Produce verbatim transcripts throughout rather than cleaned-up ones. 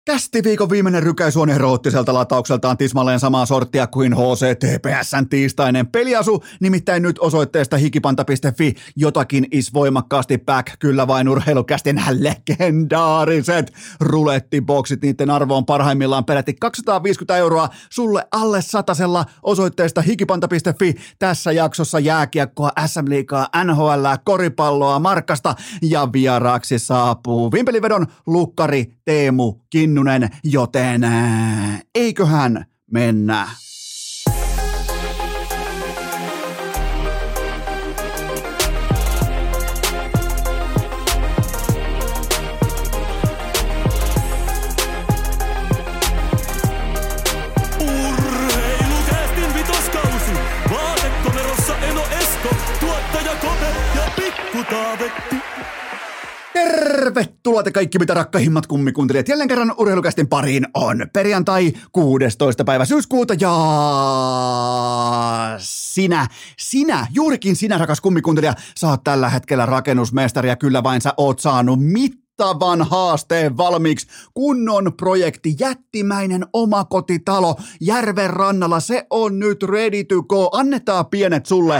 Kästiviikon viimeinen rykäisy on eroottiselta lataukseltaan tismalleen samaa sorttia kuin H C T P S:n tiistainen peliasu, nimittäin nyt osoitteesta hikipanta piste fi jotakin is voimakkaasti back, kyllä vain urheilukästin legendaariset rulettiboksit, niiden arvo on parhaimmillaan peräti kaksisataaviisikymmentä euroa sulle alle satasella osoitteesta hikipanta piste fi. Tässä jaksossa jääkiekkoa, S M-liigaa, N H L, koripalloa, Markkasta ja vieraaksi saapuu vimpelivedon lukkari Teemu Kinnunen, joten ää, eiköhän mennä. Urheilukästin vitoskausi, vaatekomerossa Eno Esko, tuottaja Kove ja Pikku Taavetti. Tervetuloa te kaikki mitä rakkahimmat kummikuuntelijat. Jälleen kerran urheilukästin pariin on perjantai kuudestoista päivä syyskuuta ja sinä, sinä, juurikin sinä rakas kummikuuntelija, sä oot tällä hetkellä rakennusmestari ja kyllä vain sä oot saanut mittavan haasteen valmiiksi. Kunnon projekti, jättimäinen omakotitalo järven rannalla, se on nyt ready to go. Annetaan pienet sulle.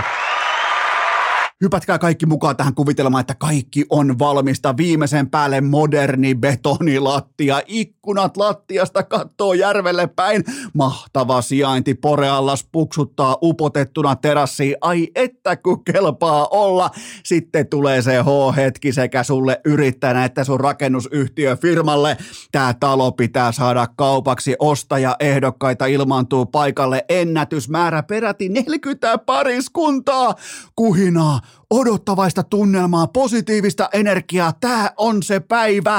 Hypätkää kaikki mukaan tähän kuvitelmaan, että kaikki on valmista. Viimeisen päälle moderni betonilattia. Ikkunat lattiasta kattoo järvelle päin. Mahtava sijainti. Poreallas puksuttaa upotettuna terassiin. Ai että kun kelpaa olla. Sitten tulee se H-hetki sekä sulle yrittäjänä että sun rakennusyhtiöfirmalle. Tää talo pitää saada kaupaksi. Ostajaehdokkaita ilmaantuu paikalle. Ennätysmäärä peräti neljäkymmentä pariskuntaa. Kuhinaa. Odottavaista tunnelmaa, positiivista energiaa, tää on se päivä.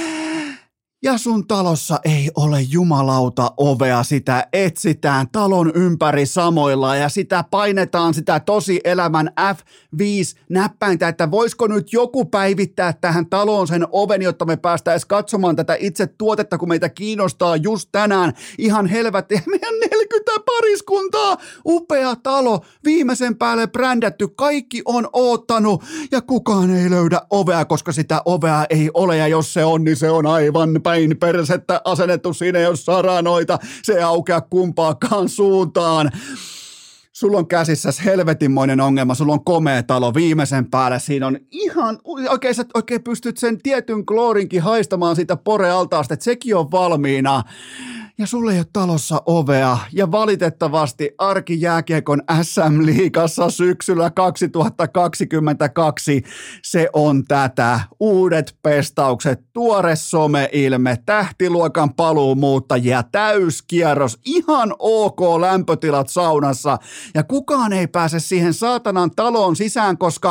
Ja sun talossa ei ole jumalauta ovea, sitä etsitään talon ympäri samoilla ja sitä painetaan sitä tosi elämän F viisi näppäintä, että voisiko nyt joku päivittää tähän taloon sen oven, jotta me päästäisiin katsomaan tätä itse tuotetta, kun meitä kiinnostaa just tänään. Ihan helvetti, meidän neljäkymmentä pariskuntaa, upea talo, viimeisen päälle brändätty, kaikki on oottanut ja kukaan ei löydä ovea, koska sitä ovea ei ole ja jos se on, niin se on aivan päin persettä asennettu, siinä ei ole saranoita, se ei aukea kumpaakaan suuntaan. Sulla on käsissäsi helvetinmoinen ongelma, sulla on komea talo viimeisen päälle, siinä on ihan, oikein sä oikein pystyt sen tietyn kloorinkin haistamaan siitä porealtaasta, että sekin on valmiina. Ja sulla ei ole talossa ovea, ja valitettavasti arkijääkiekon S M-liigassa syksyllä kaksituhattakaksikymmentäkaksi se on tätä. Uudet pestaukset, tuore someilme, tähtiluokan paluumuuttajia, täyskierros, ihan ok lämpötilat saunassa, ja kukaan ei pääse siihen saatanan taloon sisään, koska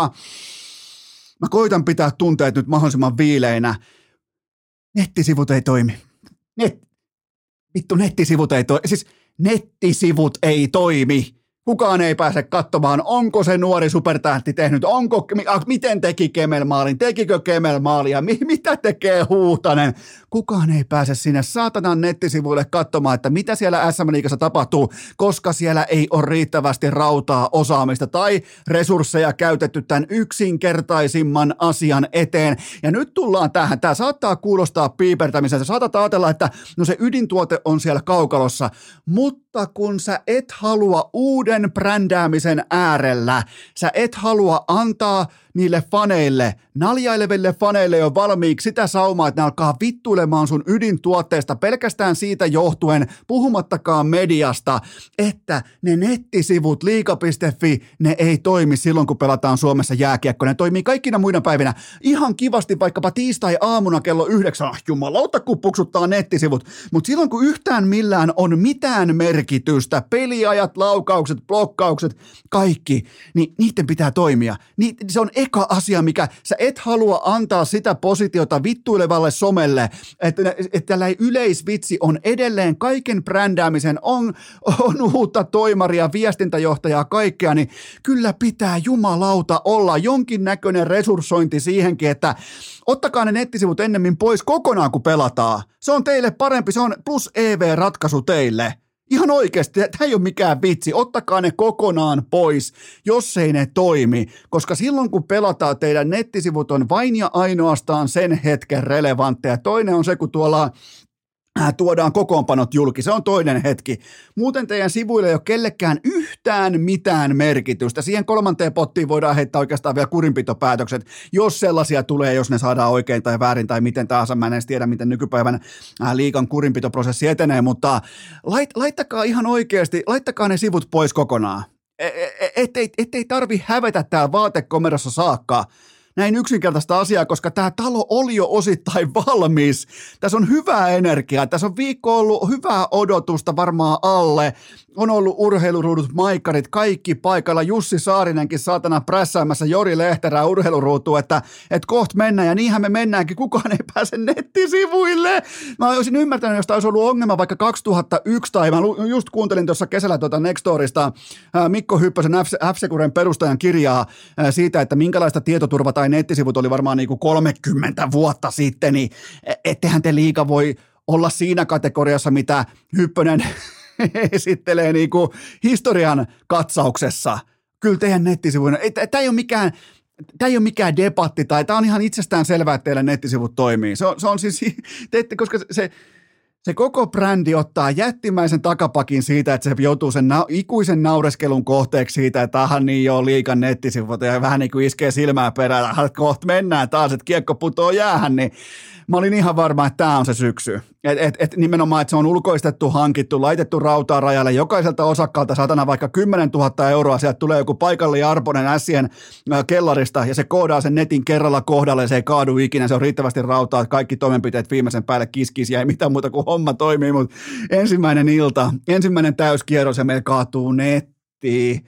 mä koitan pitää tunteet nyt mahdollisimman viileinä. Nettisivut ei toimi. Net Vittu, nettisivut ei toimi. Siis nettisivut ei toimi. Kukaan ei pääse katsomaan, onko se nuori supertähti tehnyt, onko, miten teki Kemel maalin, tekikö Kemel maalia, mi, mitä tekee Huutanen. Kukaan ei pääse sinne saatanan nettisivuille katsomaan, että mitä siellä S M-liigassa tapahtuu, koska siellä ei ole riittävästi rautaa, osaamista tai resursseja käytetty tämän yksinkertaisimman asian eteen. Ja nyt tullaan tähän. Tämä saattaa kuulostaa piipertämiseltä. Saatat ajatella, että no se ydintuote on siellä kaukalossa, mutta kun sä et halua uuden brändäämisen äärellä. Sä et halua antaa niille faneille, naljaileville faneille jo valmiiksi sitä saumaa, että ne alkaa vittuilemaan sun ydintuotteesta pelkästään siitä johtuen, puhumattakaan mediasta, että ne nettisivut liiga piste fi, ne ei toimi silloin, kun pelataan Suomessa jääkiekko. Ne toimii kaikkina muina päivinä ihan kivasti vaikkapa tiistai-aamuna kello yhdeksän. Ah, jumalauta, kun puksuttaa nettisivut. Mutta silloin, kun yhtään millään on mitään merkitystä, peliajat, laukaukset, blokkaukset, kaikki, niin niiden pitää toimia. Ni, se on eka asia, mikä sä et halua antaa sitä positiota vittuilevalle somelle, että, että tällainen yleisvitsi on edelleen kaiken brändäämisen, on, on uutta toimaria, viestintäjohtajaa, kaikkea, niin kyllä pitää jumalauta olla jonkinnäköinen resurssointi siihenkin, että ottakaa ne nettisivut ennemmin pois kokonaan, kun pelataan. Se on teille parempi, se on plus E V-ratkaisu teille. Ihan oikeasti, tämä ei ole mikään vitsi, ottakaa ne kokonaan pois, jos ei ne toimi, koska silloin kun pelataan, teidän nettisivut on vain ja ainoastaan sen hetken relevantteja. Toinen on se, kun tuolla tuodaan kokoonpanot julki. Se on toinen hetki. Muuten teidän sivuille ei ole kellekään yhtään mitään merkitystä. Siihen kolmanteen pottiin voidaan heittää oikeastaan vielä kurinpitopäätökset, jos sellaisia tulee, jos ne saadaan oikein tai väärin tai miten tahansa. Mä en edes tiedä, miten nykypäivän liigan kurinpitoprosessi etenee, mutta lait, laittakaa ihan oikeasti, laittakaa ne sivut pois kokonaan. Ettei, ettei tarvi hävetä täällä vaatekomerossa saakka näin yksinkertaista asiaa, koska tämä talo oli jo osittain valmis. Tässä on hyvää energiaa, tässä on viikko ollut hyvää odotusta varmaan alle. On ollut urheiluruudut, maikkarit, kaikki paikalla. Jussi Saarinenkin saatana prässäämässä Jori Lehterää urheiluruutuun, että, että kohta mennään. Ja niinhän me mennäänkin, kukaan ei pääse nettisivuille. Mä olisin ymmärtänyt, jos tämä olisi ollut ongelma vaikka kaksituhattayksi, tai mä just kuuntelin tuossa kesällä tuota Nextorista Mikko Hyppösen F-Securen perustajan kirjaa siitä, että minkälaista tietoturva tai nettisivut oli varmaan niin kuin kolmekymmentä vuotta sitten, niin ettehän te liiga voi olla siinä kategoriassa, mitä Hyppönen esittelee niin kuin historian katsauksessa. Kyllä teidän nettisivuina. Tämä ei ole mikään, tämä ei ole mikään debatti, tai tämä on ihan itsestään selvää, että teidän nettisivut toimii. Se on, se on siis, te ette, koska se, se koko brändi ottaa jättimäisen takapakin siitä, että se joutuu sen na- ikuisen naureskelun kohteeksi siitä, että aha niin joo, liigan nettisivut, ja vähän niin kuin iskee silmää perään, että kohta mennään taas, että kiekko putoo jäähän, niin mä olin ihan varma, että tämä on se syksy. Et, et, et nimenomaan, että se on ulkoistettu, hankittu, laitettu rautaa rajalle. Jokaiselta osakkaalta satana vaikka kymmenen tuhatta euroa. Sieltä tulee joku paikalli Arponen ässien kellarista ja se koodaa sen netin kerralla kohdalle ja se ei kaadu ikinä. Se on riittävästi rautaa, että kaikki toimenpiteet viimeisen päälle kiskisi ja ei mitään muuta kuin homma toimii. Mutta ensimmäinen ilta, ensimmäinen täyskierros ja meillä kaatuu netti.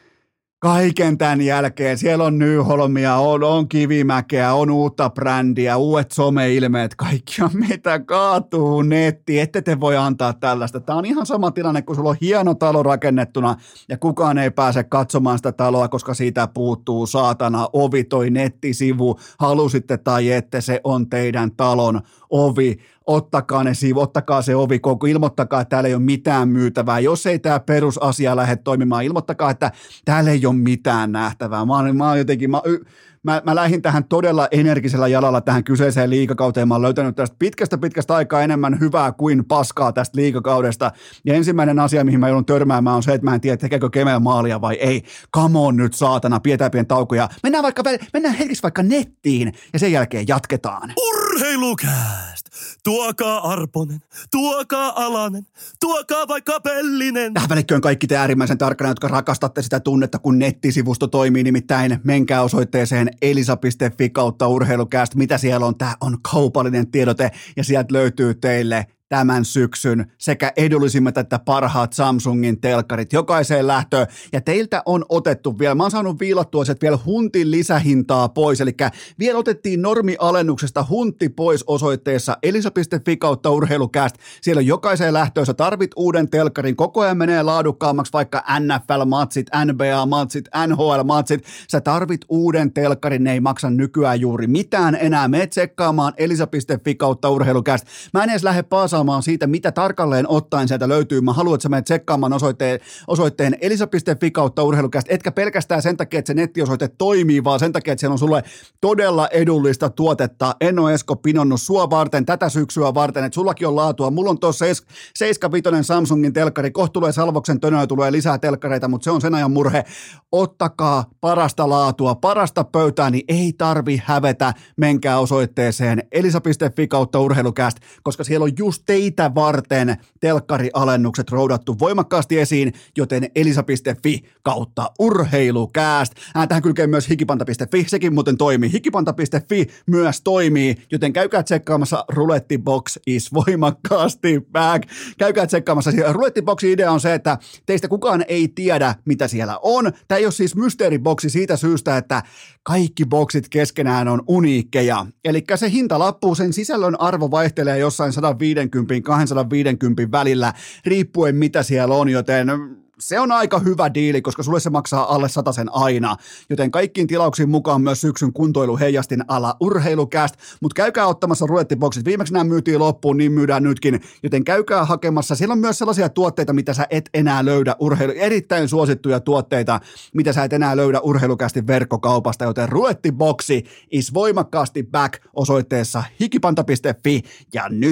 Kaiken tämän jälkeen, siellä on Nyholmia, on, on Kivimäkeä, on uutta brändiä, uudet someilmeet, kaikki on mitä kaatuu netti, ette te voi antaa tällaista. Tämä on ihan sama tilanne, kun sulla on hieno talo rakennettuna ja kukaan ei pääse katsomaan sitä taloa, koska siitä puuttuu saatana ovi, toi nettisivu, halusitte tai ette, se on teidän talon ovi. Ottakaa ne sivu, ottakaa se ovi koko, ilmoittakaa, että täällä ei ole mitään myytävää. Jos ei tämä perusasia lähde toimimaan, ilmoittakaa, että täällä ei ole mitään nähtävää. Mä oon, mä oon jotenkin, mä, mä, mä lähdin tähän todella energisellä jalalla tähän kyseiseen liigakauteen. Mä oon löytänyt tästä pitkästä pitkästä aikaa enemmän hyvää kuin paskaa tästä liigakaudesta. Ja ensimmäinen asia, mihin mä joudun törmäämään, on se, että mä en tiedä, tekeekö Kemel maalia vai ei. Come on nyt saatana, pidetään pieni tauko ja mennään, vaikka, mennään hetkeksi vaikka nettiin ja sen jälkeen jatketaan. Urheilukääst! Tuokaa Arponen, tuokaa Alanen, tuokaa vaikka Pellinen. Tähän välikköön kaikki te äärimmäisen tarkkana, jotka rakastatte sitä tunnetta, kun nettisivusto toimii. Nimittäin menkää osoitteeseen elisa piste fi kautta urheilukääst. Mitä siellä on? Tämä on kaupallinen tiedote ja sieltä löytyy teille tämän syksyn sekä edullisimmat että parhaat Samsungin telkkarit jokaiseen lähtöön. Ja teiltä on otettu vielä, mä oon saanut viilattua sieltä vielä huntin lisähintaa pois, eli vielä otettiin normialennuksesta huntti pois osoitteessa elisa piste fi kautta urheilukääst. Siellä on jokaiseen lähtöön, sä tarvit uuden telkkarin, koko ajan menee laadukkaammaksi vaikka N F L-matsit, N B A-matsit, N H L-matsit. Sä tarvit uuden telkkarin, ne ei maksa nykyään juuri mitään enää. Mene tsekkaamaan elisa piste fi kautta urheilukääst. Mä en edes lähde paasaamaan siitä, mitä tarkalleen ottaen sieltä löytyy. Mä haluan, että sä menet tsekkaamaan osoitteen, osoitteen elisa piste fi kautta urheilukästä, etkä pelkästään sen takia, että se nettiosoite toimii, vaan sen takia, että siellä on sulle todella edullista tuotetta. En ole Esko pinonnut sua varten, tätä syksyä varten, että sullakin on laatua. Mulla on tuossa seitsemänkymmentäviisi Samsungin telkkari, kohta tulee Salvoksen tönöä, tulee lisää telkkareita, mutta se on sen ajan murhe. Ottakaa parasta laatua, parasta pöytää, niin ei tarvi hävetä. Menkää osoitteeseen elisa piste fi kautta urheilukästä, koska siellä on just teitä varten telkkarialennukset roudattu voimakkaasti esiin, joten elisa piste fi kautta urheilukääst. Äh, tähän kylkee myös hikipanta piste fi, sekin muuten toimii. hikipanta piste fi myös toimii, joten käykää tsekkaamassa Rulettibox is voimakkaasti back. Käykää tsekkaamassa. Rulettiboxin idea on se, että teistä kukaan ei tiedä, mitä siellä on. Tämä ei ole siis mysteeriboksi siitä syystä, että kaikki boksit keskenään on uniikkeja. Eli se hintalappu, sen sisällön arvo vaihtelee jossain sata viisikymmentä kaksisataaviisikymmentä välillä, riippuen mitä siellä on, joten se on aika hyvä diili, koska sulle se maksaa alle satasen aina, joten kaikkiin tilauksiin mukaan myös syksyn kuntoilu heijastin ala urheilukäst, mutta käykää ottamassa rulettiboksit, viimeksi nämä myytiin loppuun, niin myydään nytkin, joten käykää hakemassa, siellä on myös sellaisia tuotteita, mitä sä et enää löydä urheilu, erittäin suosittuja tuotteita, mitä sä et enää löydä urheilukästin verkkokaupasta, joten rulettiboksi is voimakkaasti back osoitteessa hikipanta piste fi ja nyt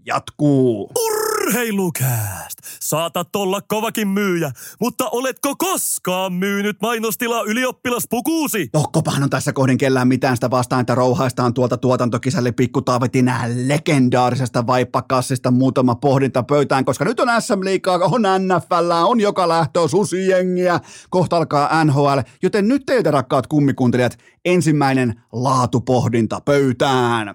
jatkuu. Urheilukääst! Saatat olla kovakin myyjä, mutta oletko koskaan myynyt mainostilaa ylioppilaspukuusi? Tokkopahan on tässä kohdin kellään mitään sitä vastaan, että rouhaistaan tuolta tuotantokisälle Pikku Taavetin legendaarisesta vaippakassista muutama pohdinta pöytään, koska nyt on S M-liigaa, on N F L, on joka lähtö, susijengiä, kohta alkaa N H L, joten nyt teiltä rakkaat kummikuuntelijat, ensimmäinen laatupohdinta pöytään.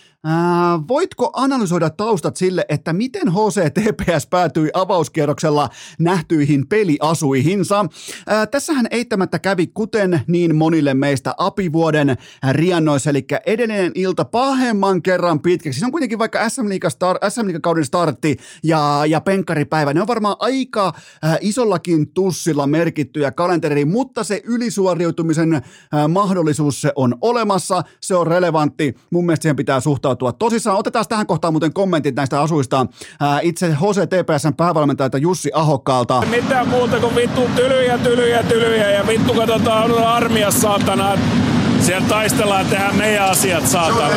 Ää, voitko analysoida taustat sille, että miten H C T P S päätyi avauskierroksella nähtyihin peliasuihinsa? Ää, tässähän eittämättä kävi kuten niin monille meistä apivuoden riannoissa, eli edellinen ilta pahemman kerran pitkäksi. Se on kuitenkin vaikka S M-liigakauden startti ja, ja penkkaripäivä. Ne on varmaan aika ää, isollakin tussilla merkittyjä kalenteriin, mutta se ylisuoriutumisen ää, mahdollisuus se on olemassa, se on relevantti. Mun mielestä siihen pitää suhtautua tosissaan. Otetaan tähän kohtaan muuten kommentit näistä asuista. Ää, itse H C T P S:n päävalmentajalta Jussi Ahokkaalta. Mitään muuta kuin vittu tylyjä, tylyjä, tylyjä ja vittu katsotaan armiassa saatana. Siellä taistellaan ja tehdään meidän asiat saatana.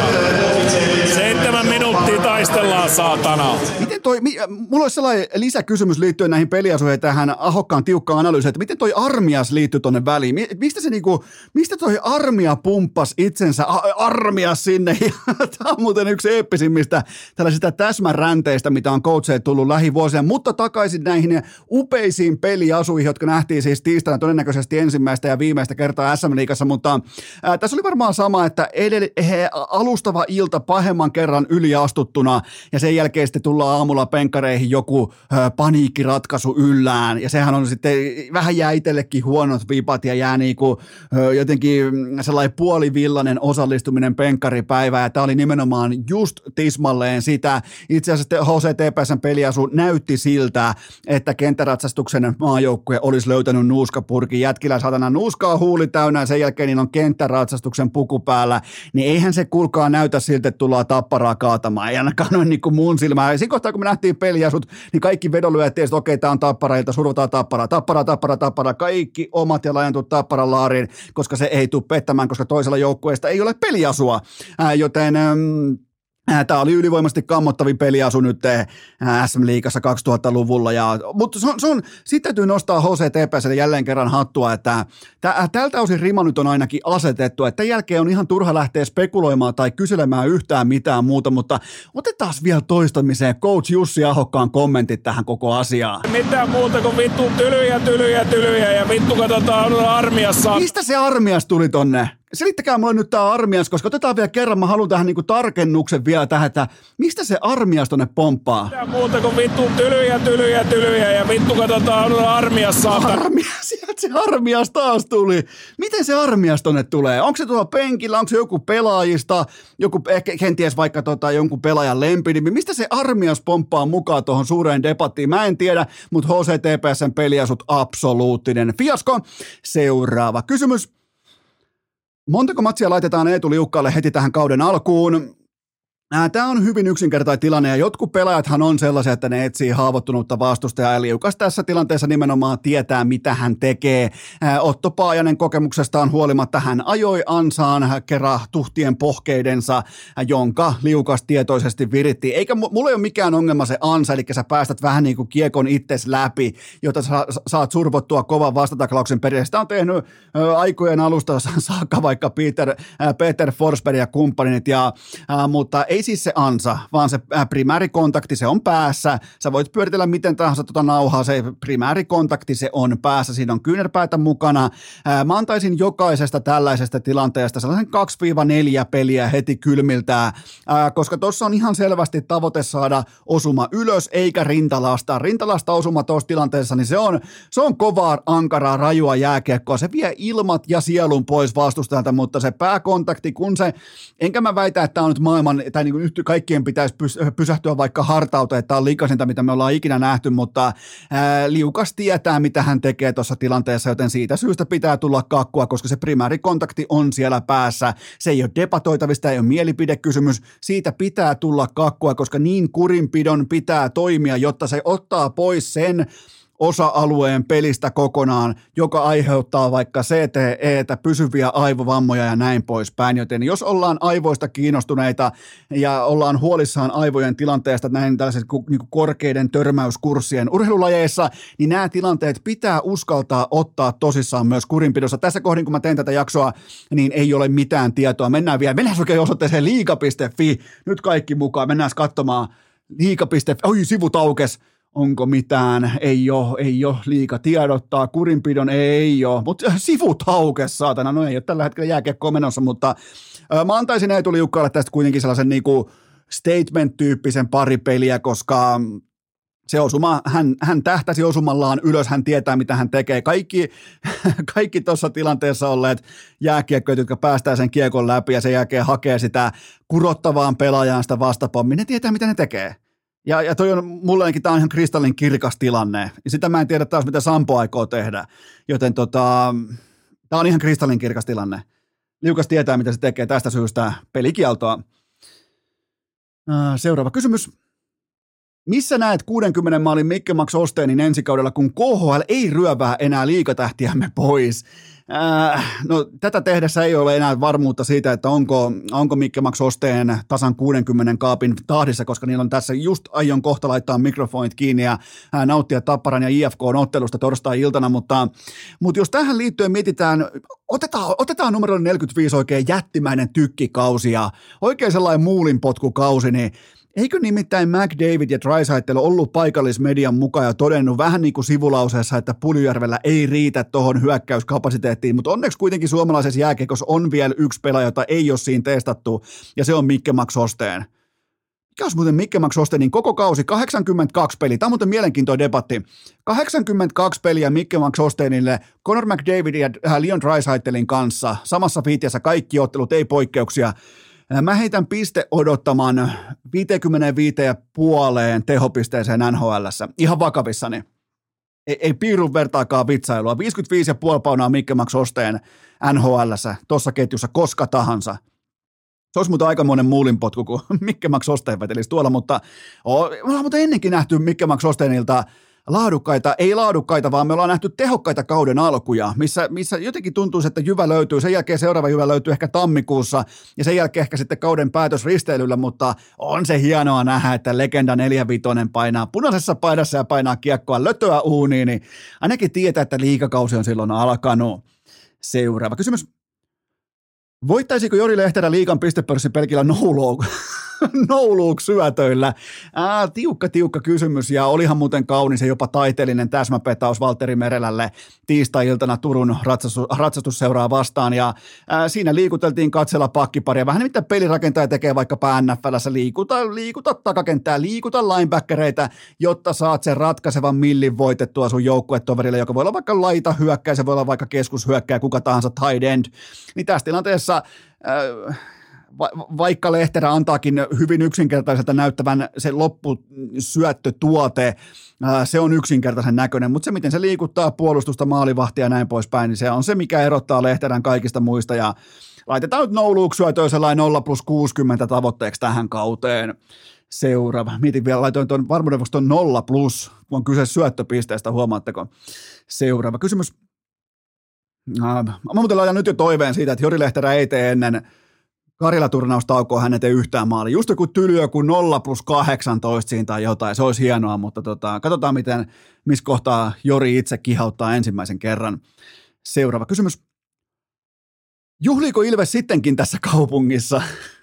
Seitsemän minuuttia taistellaan saatana. Miten toi, mi, mulla olisi sellainen lisäkysymys liittyen näihin peliasuihin tähän Ahokkaan tiukkaan analyysiin, että miten toi Armias liittyy tonne väliin? Mistä se niinku, mistä toi Armia pumppasi itsensä a, Armias sinne? Tämä on muuten yksi eeppisimmistä tällaisista täsmäränteistä, mitä on coacheille tullut lähivuosina, mutta takaisin näihin upeisiin peliasuihin, jotka nähtiin siis tiistaina todennäköisesti ensimmäistä ja viimeistä kertaa S M-liigassa, mutta ää, tässä oli varmaan sama, että edell, he, alustava ilta pahemman kerran yliastuttuna ja sen jälkeen sitten tullaan aamulla penkkareihin joku ö, paniikkiratkaisu yllään ja sehän on sitten vähän jää itsellekin huonot vipat ja jää niinku ö, jotenkin sellainen puolivillainen osallistuminen penkkaripäivään ja tämä oli nimenomaan just tismalleen sitä. Itse asiassa H C T P S:n peliasu näytti siltä, että kenttäratsastuksen maajoukkue olisi löytänyt nuuskapurkin. Jätkillä saatana nuuskaa huuli täynnä ja sen jälkeen niin on kenttäratsastuksen puku päällä, niin eihän se kuulkaa näytä siltä, että tullaan Tapparaa kaatamaan. Ei ainakaan noin niin kuin mun silmään. Ja siinä kohtaa, kun me nähtiin peliasut, niin kaikki vedonlyöjät tiesi, että okei, tämä on Tapparailta, survotaan Tapparaa, Tapparaa, Tapparaa, Tapparaa, kaikki omat ja lajantut Tapparan laariin, koska se ei tule pettämään, koska toisella joukkueesta ei ole peliasua. Ää, joten... Ähm, Tämä oli ylivoimaisesti kammottavin peliasu nyt S M-liigassa kaksituhattaluvulla, ja, mutta se on, se on, sitten täytyy nostaa H C T P S:lle jälleen kerran hattua, että tä, tältä osin rima nyt on ainakin asetettu, että tämän jälkeen on ihan turha lähteä spekuloimaan tai kyselemään yhtään mitään muuta, mutta otetaan vielä toistamiseen coach Jussi Ahokkaan kommentit tähän koko asiaan. Mitään muuta kuin vittu tylyjä, tylyjä, tylyjä ja vittu katsotaan armiassa. Mistä se Armias tuli tonne? Selittäkää mulle nyt tää Armias, koska otetaan vielä kerran, mä haluan tähän niinku tarkennuksen vielä tähän, että mistä se Armias tonne pomppaa? Mitään muuta kuin vittu tylyjä, tylyjä, tylyjä ja vittu katsotaan armiassa. Armias, sieltä se Armias taas tuli. Miten se Armias tonne tulee? Onko se tuolla penkillä, onko se joku pelaajista, joku ehkä kenties vaikka tota, jonkun pelaajan lempinimi? Mistä se Armias pomppaa mukaan tuohon suureen debattiin? Mä en tiedä, mutta H C T P S:n peliasut absoluuttinen fiasko. Seuraava kysymys. Montako matsia laitetaan Eetu Liukkaalle heti tähän kauden alkuun? Tämä on hyvin yksinkertainen tilanne ja jotkut pelaajathan on sellaisia, että ne etsii haavoittunutta vastustajaa ja Liukas tässä tilanteessa nimenomaan tietää, mitä hän tekee. Otto Paajanen kokemuksestaan huolimatta hän ajoi ansaan kerran tuhtien pohkeidensa, jonka Liukas tietoisesti viritti. Eikä mulla ei ole mikään ongelma se ansa, eli sä päästät vähän niin kuin kiekon itses läpi, jotta sä saat survottua kovan vastataklauksen perille. Sitä on tehnyt aikojen alusta saakka vaikka Peter, Peter Forsberg ja kumppanit, ja, mutta ei siis se ansa, vaan se primäärikontakti, se on päässä. Sä voit pyöritellä miten tahansa tuota nauhaa, se primäärikontakti, se on päässä. Siinä on kyynärpäätä mukana. Mä antaisin jokaisesta tällaisesta tilanteesta sellaisen kaksi neljä peliä heti kylmiltään, koska tuossa on ihan selvästi tavoite saada osuma ylös, eikä rintalasta. Rintalasta osuma tuossa tilanteessa, niin se on, se on kovaa, ankaraa, rajua jääkiekkoa. Se vie ilmat ja sielun pois vastustajalta, mutta se pääkontakti, kun se, enkä mä väitä, että tämä on nyt maailman, tai niin kuin kaikkien pitäisi pysähtyä vaikka hartauteen, että tämä on liikaisinta, mitä me ollaan ikinä nähty, mutta ää, Liukas tietää, mitä hän tekee tuossa tilanteessa, joten siitä syystä pitää tulla kakkua, koska se primäärikontakti on siellä päässä. Se ei ole debatoitavista, ei ole mielipidekysymys, siitä pitää tulla kakkua, koska niin kurinpidon pitää toimia, jotta se ottaa pois sen osa-alueen pelistä kokonaan, joka aiheuttaa vaikka C T E:tä, pysyviä aivovammoja ja näin poispäin. Joten jos ollaan aivoista kiinnostuneita ja ollaan huolissaan aivojen tilanteesta näin tällaiset niin korkeiden törmäyskurssien urheilulajeissa, niin nämä tilanteet pitää uskaltaa ottaa tosissaan myös kurinpidossa. Tässä kohdin, kun mä teen tätä jaksoa, niin ei ole mitään tietoa. Mennään vielä, mennään oikein osoitteeseen liiga piste fi. Nyt kaikki mukaan, mennään katsomaan liiga piste fi. Oi, sivut aukes. Onko mitään? Ei ole, ei ole, liiga tiedottaa, kurinpidon ei ole, mutta sivut aukes, saatana, no ei ole tällä hetkellä jääkiekkoa menossa, mutta ää, mä antaisin Eetu Liukkaalle tästä kuitenkin sellaisen niinku statement-tyyppisen pari peliä, koska se osuma, hän, hän tähtäsi osumallaan ylös, hän tietää mitä hän tekee. Kaikki, kaikki tuossa tilanteessa olleet jääkiekkoja, jotka päästään sen kiekon läpi ja sen jälkeen hakee sitä kurottavaan pelaajaan sitä vastapommin, ne tietää mitä ne tekee. Ja, ja toi on, mulle ainakin tämä on ihan kristallin kirkas tilanne. Ja sitä mä en tiedä taas, mitä Sampo aikoo tehdä. Joten tota, tämä on ihan kristallin kirkas tilanne. Liukas tietää, mitä se tekee tästä syystä pelikieltoa. Seuraava kysymys. Missä näet kuudenkymmenen maalin Mikke Max Osteenin ensi kaudella, kun K H L ei ryövää enää liigatähtiämme pois? Äh, no, tätä tehdessä ei ole enää varmuutta siitä, että onko, onko Mikke Max Osteen tasan kuudenkymmenen kaapin tahdissa, koska niillä on tässä just aion kohta laittaa mikrofonit kiinni ja äh, nauttia Tapparan ja I F K-ottelusta torstai-iltana, mutta, mutta jos tähän liittyen mietitään, otetaan, otetaan numero neljäkymmentäviisi oikein jättimäinen tykkikausi ja oikein sellainen muulinpotkukausi, niin eikö nimittäin McDavid ja Draisaitl ollut paikallismedian mukaan ja todennut vähän niin kuin sivulauseessa, että Puljujärvellä ei riitä tuohon hyökkäyskapasiteettiin, mutta onneksi kuitenkin suomalaisessa jääkiekossa on vielä yksi pelaaja, jota ei ole siinä testattu, ja se on Mikke Max Osteen. Mikä olisi muuten Mikke Max Osteenin koko kausi? kahdeksankymmentäkaksi peliä. Tämä on muuten mielenkiintoinen debatti. kahdeksankymmentäkaksi peliä Mikke Max Osteenille, Connor McDavid ja Leon Draisaitlin kanssa, samassa viitiässä kaikki ottelut, ei poikkeuksia. Mä heitän piste odottaman viisikymmentäviisi pilkku viisi tehopisteeseen N H L:ssä. Ihan vakavissani. Ei, ei piirun vertaakaan vitsailua. viisikymmentäviisi pilkku viisi paunaa Mikke Max Osteen N H L:ssä tuossa ketjussa koska tahansa. Se olisi muuten aikamoinen muulinpotku, kun Mikke Max Osteen vetelisi tuolla, mutta oh, me ollaan muuten ennenkin nähty Mikke Max Osteenilta laadukkaita, ei laadukkaita, vaan me ollaan nähty tehokkaita kauden alkuja, missä, missä jotenkin tuntuu, että jyvä löytyy, sen jälkeen seuraava jyvä löytyy ehkä tammikuussa, ja sen jälkeen ehkä sitten kauden päätös risteilyllä, mutta on se hienoa nähdä, että legenda neljävitonen painaa punaisessa paidassa ja painaa kiekkoa lötöä uuniin, niin ainakin tietää, että liigakausi on silloin alkanut. Seuraava kysymys. Voittaisiko Jori Lehterä liigan pistepörssin pelkillä no-logo? nouluuksyötöillä. Ää, tiukka, tiukka kysymys ja olihan muuten kaunis ja jopa taiteellinen täsmäpetaus Valtteri Merelälle tiistai-iltana Turun ratsastus, ratsastusseuraa vastaan ja ää, siinä liikuteltiin katsella pakkiparia. Vähän mitä pelirakentaja tekee vaikkapa N F L:ssä, liikuta, liikuta takakenttää, liikuta linebackereita, jotta saat sen ratkaisevan millin voitettua sun joukkuetoverille, joka voi olla vaikka laita hyökkäjä, se voi olla vaikka keskushyökkäjä, kuka tahansa tight end. Niin tässä tilanteessa Ää, Va- vaikka Lehterä antaakin hyvin yksinkertaiselta näyttävän se loppusyöttötuote, ää, se on yksinkertaisen näköinen, mutta se miten se liikuttaa puolustusta, maalivahtia ja näin poispäin, niin se on se mikä erottaa Lehterän kaikista muista ja laitetaan nyt no-look-syötöön sellainen nolla plus kuusikymmentä tavoitteeksi tähän kauteen. Seuraava. Mietin vielä, laitoin tuon varmuuden vuoksi tuon nolla plus, kun on kyse syöttöpisteestä, huomaatteko? Seuraava kysymys. Ää, mä muuten laitan nyt jo toiveen siitä, että Jori Lehterä ei tee ennen Karjala-turnaustaukoa hän ei tee yhtään maali. Just joku tyly joku nolla plus kahdeksantoista siinä tai jotain, se olisi hienoa, mutta tota, katsotaan miten, missä kohtaa Jori itse kihauttaa ensimmäisen kerran. Seuraava kysymys. Juhliiko Ilves sittenkin tässä kaupungissa?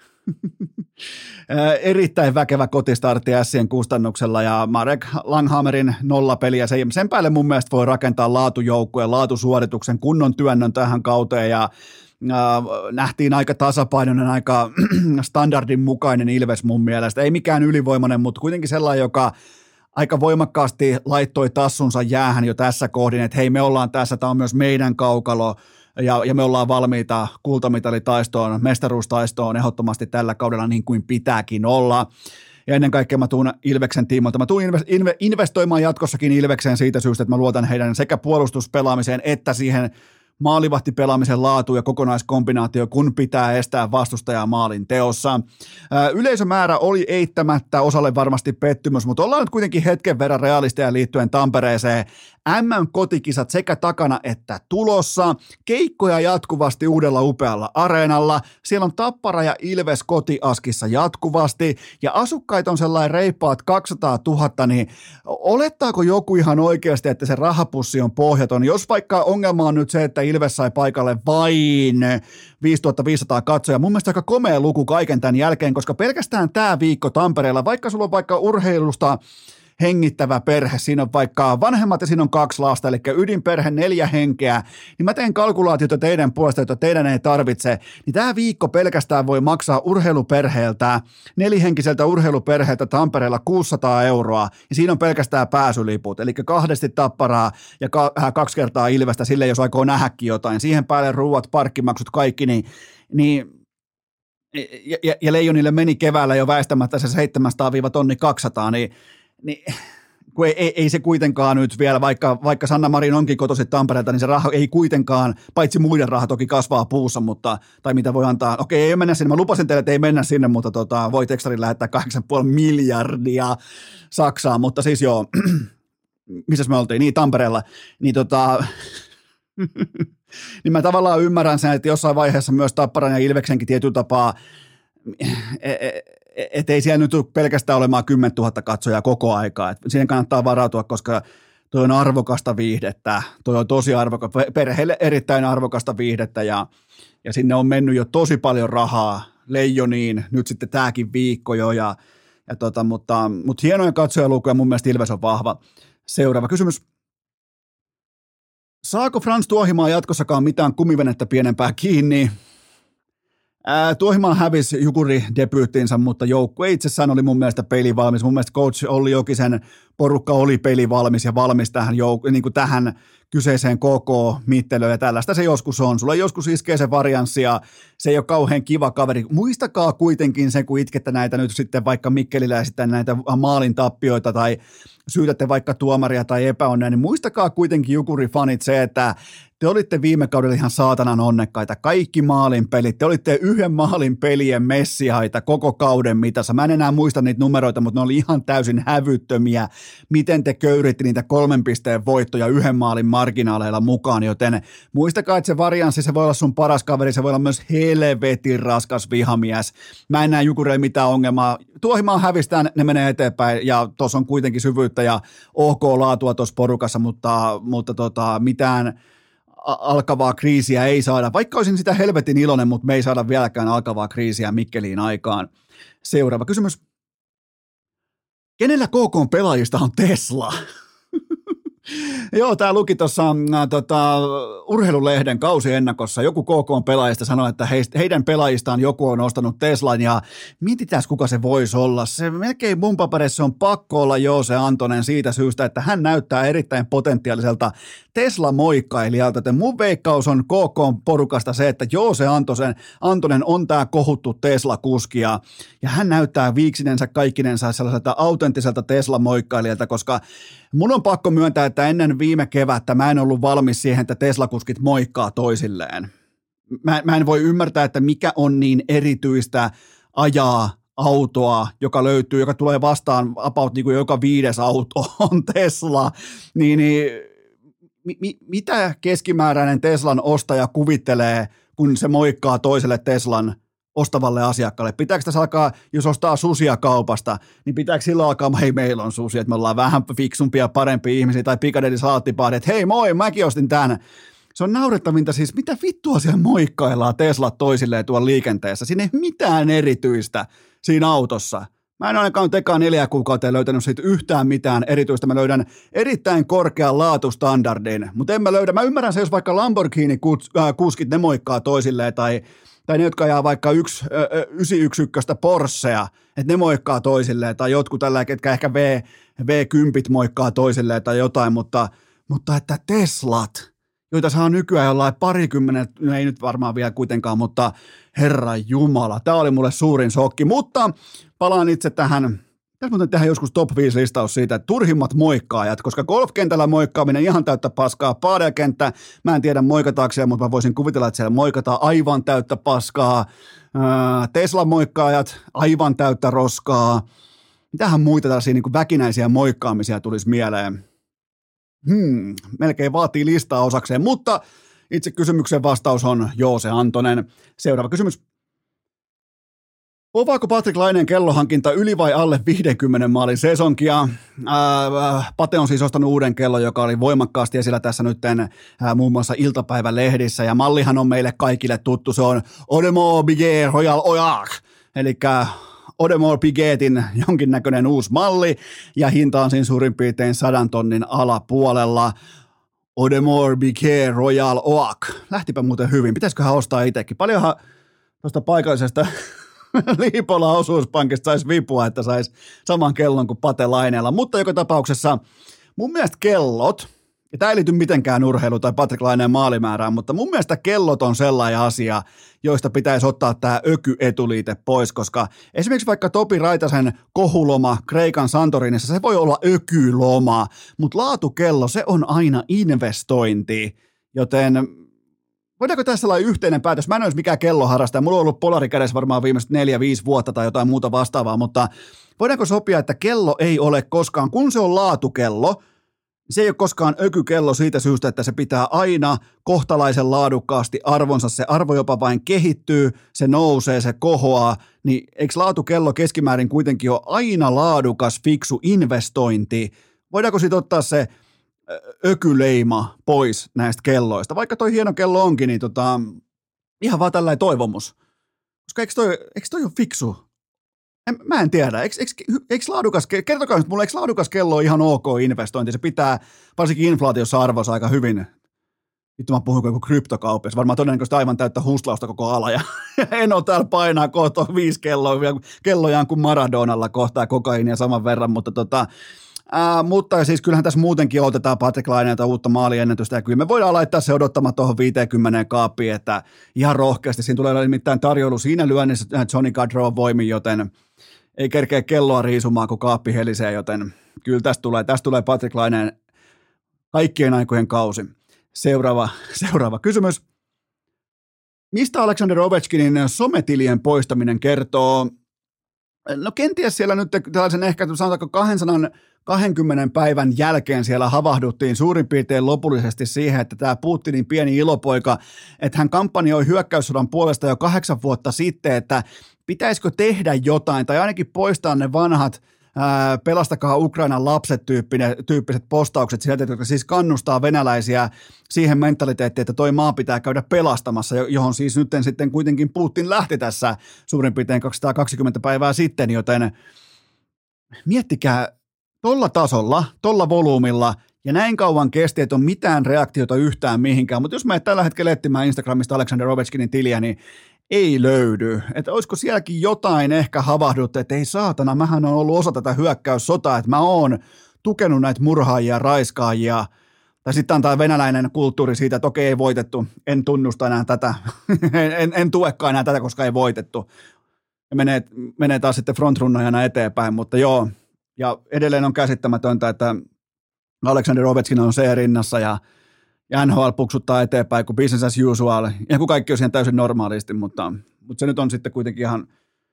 Erittäin väkevä kotistartti Sien kustannuksella ja Marek Langhammerin nollapeliä. Sen päälle mun mielestä voi rakentaa laatujoukkueen, laatusuorituksen, kunnon työnnön tähän kauteen ja Äh, nähtiin aika tasapainoinen, aika standardin mukainen Ilves mun mielestä. Ei mikään ylivoimainen, mutta kuitenkin sellainen, joka aika voimakkaasti laittoi tassunsa jäähän jo tässä kohdin, että hei me ollaan tässä, tämä on myös meidän kaukalo ja, ja me ollaan valmiita kultamitalintaistoon, mestaruustaistoon ehdottomasti tällä kaudella niin kuin pitääkin olla. Ja ennen kaikkea mä tuun Ilveksen tiimoilta. Mä tuun inve- inve- investoimaan jatkossakin Ilvekseen siitä syystä, että mä luotan heidän sekä puolustuspelaamiseen että siihen maalivahtipelaamisen laatu ja kokonaiskombinaatio, kun pitää estää vastustajaa maalin teossa. Yleisömäärä oli eittämättä osalle varmasti pettymys, mutta ollaan nyt kuitenkin hetken verran realisteja liittyen Tampereeseen. M M-kotikisat sekä takana että tulossa, keikkoja jatkuvasti uudella upealla areenalla, siellä on Tappara ja Ilves kotiaskissa jatkuvasti, ja asukkaita on sellainen reippaat kaksisataatuhatta, niin olettaako joku ihan oikeasti, että se rahapussi on pohjaton, jos vaikka ongelma on nyt se, että Ilves sai paikalle vain viisituhattaviisisataa katsoja, mun mielestä aika komea luku kaiken tämän jälkeen, koska pelkästään tämä viikko Tampereella, vaikka sulla on vaikka urheilusta hengittävä perhe, siinä on vaikka vanhemmat ja siinä on kaksi lasta, eli ydinperhe neljä henkeä, niin mä teen kalkulaatiota teidän puolesta, jota teidän ei tarvitse, niin tämä viikko pelkästään voi maksaa urheiluperheeltä, nelihenkiseltä urheiluperheeltä Tampereella kuusisataa euroa, ja siinä on pelkästään pääsyliput, eli kahdesti Tapparaa ja kaksi kertaa Ilvestä, sille jos aikoo nähdäkin jotain, siihen päälle ruuat, parkkimaksut, kaikki, niin, niin ja, ja, ja Leijonille meni keväällä jo väistämättä se seitsemänsataa tonni kaksisataa, niin Niin, kun ei, ei, ei se kuitenkaan nyt vielä, vaikka, vaikka Sanna Marin onkin kotoisin Tampereelta, niin se raha ei kuitenkaan, paitsi muiden raha toki kasvaa puussa, mutta, tai mitä voi antaa. Okei, ei mennä sinne, mä lupasin teille, että ei mennä sinne, mutta tota, voi tekstarin lähettää kahdeksan pilkku viisi miljardia Saksaan, mutta siis joo, missäs me oltiin, niin Tampereella, niin tota, niin mä tavallaan ymmärrän sen, että jossain vaiheessa myös Tapparan ja Ilveksenkin tietyllä tapaa, että ei siellä nyt tule pelkästään olemaan kymmentuhatta katsojaa koko aikaa. Et siihen kannattaa varautua, koska toi on arvokasta viihdettä. Toi on tosi arvokasta, perheelle erittäin arvokasta viihdettä ja, ja sinne on mennyt jo tosi paljon rahaa Leijoniin, nyt sitten tämäkin viikko jo. Ja, ja tota, mutta, mutta hienoja katsojalukuja, mun mielestä Ilves on vahva. Seuraava kysymys. Saako Frans Tuohimaa jatkossakaan mitään kumivenettä pienempää kiinni? Ää, Tuohimaa hävisi Jukuri-debyyttinsä, mutta joukkue itsessään oli mun mielestä pelivalmis. Mun mielestä coach Olli Jokisen porukka oli pelivalmis ja valmis tähän, jouk- niin kuin tähän kyseiseen K K-mittelöön ja tällaista se joskus on. Sulla joskus iskee se varianssi ja se ei ole kauhean kiva kaveri. Muistakaa kuitenkin se, kun itkette näitä nyt sitten vaikka Mikkelillä ja sitten näitä maalin tappioita tai syytätte vaikka tuomaria tai epäonnea, niin muistakaa kuitenkin Jukuri-fanit se, että te olitte viime kaudella ihan saatanan onnekkaita. Kaikki maalin pelit. Te olitte yhden maalin pelien messiaita koko kauden mitassa. Mä en enää muista niitä numeroita, mutta ne oli ihan täysin hävyttömiä, miten te köyritti niitä kolmen pisteen voittoja yhden maalin marginaaleilla mukaan. Joten muistakaa, että se varianssi, se voi olla sun paras kaveri, se voi olla myös helvetin raskas vihamies. Mä en näe Jukureille mitään ongelmaa. Tuohimaa hävistään, ne menee eteenpäin ja tuossa on kuitenkin syvyyttä ja ok-laatua tuossa porukassa, mutta, mutta tota, mitään alkavaa kriisiä ei saada, vaikka olisin sitä helvetin iloinen, mutta me ei saada vieläkään alkavaa kriisiä Mikkeliin aikaan. Seuraava kysymys. Kenellä K K:n pelaajista on Tesla? Joo, tämä luki tuossa äh, tota, urheilulehden kausiennakossa. Joku K K:n pelaajista sanoi, että heist, heidän pelaajistaan joku on ostanut Teslan ja mietitään, kuka se voisi olla. Se melkein mun paperissa on pakko olla Joose Antonen siitä syystä, että hän näyttää erittäin potentiaaliselta Tesla-moikkailijalta. Joten mun veikkaus on K K:n porukasta se, että Joose Antosen, Antonen on tämä kohuttu Tesla-kuski ja, ja hän näyttää viiksinensä kaikkinensa sellaiselta autenttiselta Tesla-moikkailijalta, koska mun on pakko myöntää, että ennen viime kevättä mä en ollut valmis siihen, että Tesla-kuskit moikkaa toisilleen. Mä, mä en voi ymmärtää, että mikä on niin erityistä ajaa autoa, joka löytyy, joka tulee vastaan about niin kuin joka viides auto on Tesla, niin, niin mi, mi, mitä keskimääräinen Teslan ostaja kuvittelee, kun se moikkaa toiselle Teslan ostavalle asiakkaalle? Pitääkö tässä alkaa, jos ostaa susia kaupasta, niin pitääkö silloin alkaa, hei meillä on susia, että me ollaan vähän fiksumpia, parempia ihmisiä, tai Piccadilly Salattipaari, että hei moi, mäkin ostin tämän. Se on naurettavinta siis, mitä vittua siellä moikkaillaan Tesla toisilleen tuolla liikenteessä. Siinä ei mitään erityistä siinä autossa. Mä en ainakaan tekaan neljä kuukauteen löytänyt siitä yhtään mitään erityistä. Mä löydän erittäin korkean laatustandardin, mutta en mä löydä. Mä ymmärrän se, jos vaikka Lamborghini-kuskit ne moikkaa toisilleen, tai tai ne, jotka ajaa vaikka yksi, ö, yhdeksänsataayksitoista Porschea, että ne moikkaa toisilleen, tai jotkut tällä, ketkä ehkä V, V kymmenen moikkaa toisilleen tai jotain, mutta, mutta että Teslat, joita saa nykyään jollain parikymmenet, no ei nyt varmaan vielä kuitenkaan, mutta herra jumala, tämä oli mulle suurin shokki, mutta palaan itse tähän Tässä muuten tehdään joskus top viisi listaus siitä, että turhimmat moikkaajat, koska golfkentällä moikkaaminen ihan täyttä paskaa, paadelkenttä, mä en tiedä moikataanko siellä, mutta mä voisin kuvitella, että siellä moikataan aivan täyttä paskaa, Tesla-moikkaajat, aivan täyttä roskaa, mitähän muita tällaisia niin kuin väkinäisiä moikkaamisia tulisi mieleen? Hmm, melkein vaatii listaa osakseen, mutta itse kysymyksen vastaus on Joose Antonen. Seuraava kysymys. Ovaako Patrik Laineen kellohankinta yli vai alle viisikymmentä maalin sesonkia? Ää, Pate on siis ostanut uuden kellon, joka oli voimakkaasti esillä tässä nyt ää, muun muassa iltapäivälehdissä. Ja mallihan on meille kaikille tuttu, se on Audemars Piguet Royal Oak. Eli Audemars Piguetin jonkinnäköinen uusi malli ja hinta on siinä suurin piirtein sadan tonnin alapuolella. Audemars Piguet Royal Oak. Lähtipä muuten hyvin. Pitäisiköhän ostaa itsekin? Paljonhan tuosta paikallisesta Liipola osuuspankista saisi vipua, että saisi saman kellon kuin Pate Laineella. Mutta joka tapauksessa mun mielestä kellot, ja tämä ei liity mitenkään urheilu tai Patrik Laineen maalimäärään, mutta mun mielestä kellot on sellainen asia, joista pitäisi ottaa tämä ökyetuliite pois, koska esimerkiksi vaikka Topi Raitasen kohuloma Kreikan Santorinissa, se voi olla ökyloma, mutta laatukello, se on aina investointi, joten voidaanko tässä olla yhteinen päätös? Mä en olisi mikään kelloharrastaja. Mulla on ollut polari kädessä varmaan viimeiset neljä, viisi vuotta tai jotain muuta vastaavaa, mutta voidaanko sopia, että kello ei ole koskaan, kun se on laatukello, se ei ole koskaan ökykello siitä syystä, että se pitää aina kohtalaisen laadukkaasti arvonsa. Se arvo jopa vain kehittyy, se nousee, se kohoaa, niin eikö laatukello keskimäärin kuitenkin ole aina laadukas, fiksu investointi? Voidaanko siitä ottaa se ökyleima pois näistä kelloista? Vaikka toi hieno kello onkin, niin tota, ihan vaan tällainen toivomus. Koska eikö toi, eikö toi ole fiksu? En, mä en tiedä. Eikö, eikö, eikö laadukas, kertokaa nyt mulle, eikö laadukas kello ole ihan ok investointi? Se pitää varsinkin inflaatiossa arvossa aika hyvin. Vittu mä puhun kuin kryptokauppias. Varmaan todennäköisesti aivan täyttä huslausta koko ala. Ja en ole täällä painaa kohta viisi kelloa, kellojaan kuin Maradonalla kohtaa kokaiinia saman verran, mutta tota... Äh, mutta siis kyllähän tässä muutenkin otetaan Patrik Laineelta uutta maaliennätystä ja kyllä me voidaan laittaa se odottamaan tuohon viisikymmentä kaappiin, että ihan rohkeasti. Siinä tulee nimittäin tarjoulu siinä lyönnissä Johnny Gaudreau voimin, joten ei kerkeä kelloa riisumaan, kun kaappi helisee, joten kyllä tästä tulee, tästä tulee Patrik Laineen kaikkien aikojen kausi. Seuraava, seuraava kysymys. Mistä Alexander Ovechkinin sometilien poistaminen kertoo? No kenties siellä nyt tällaisen ehkä sanotaanko kaksisataakaksikymmentä päivän jälkeen siellä havahduttiin suurin piirtein lopullisesti siihen, että tämä Putinin pieni ilopoika, että hän kampanjoi hyökkäyssodan puolesta jo kahdeksan vuotta sitten, että pitäisikö tehdä jotain tai ainakin poistaa ne vanhat ää, pelastakaa Ukrainan lapset tyyppiset postaukset sieltä, jotka siis kannustaa venäläisiä siihen mentaliteettiin, että toi maa pitää käydä pelastamassa, johon siis nyt sitten kuitenkin Putin lähti tässä suurin piirtein kaksisataakaksikymmentä päivää sitten, joten miettikää tolla tasolla, tolla volyymilla ja näin kauan kesti, että on mitään reaktiota yhtään mihinkään, mutta jos mä tällä hetkellä etsimään Instagramista Alexander Ovechkinin tiliä, niin ei löydy. Että olisiko sielläkin jotain ehkä havahduttu, että ei saatana, mähän on ollut osa tätä hyökkäyssotaa, että mä oon tukenut näitä murhaajia, raiskaajia, tai sitten antaa venäläinen kulttuuri siitä, että okei, ei voitettu, en tunnusta enää tätä, en, en tuekaan enää tätä, koska ei voitettu. Ja menee, menee taas sitten frontrunnajana eteenpäin, mutta joo, ja edelleen on käsittämätöntä, että Alexander Ovechkin on C-rinnassa ja Ja N H L puksuttaa eteenpäin kuin business as usual, ja kun kaikki on siihen täysin normaalisti, mutta, mutta se nyt on sitten kuitenkin ihan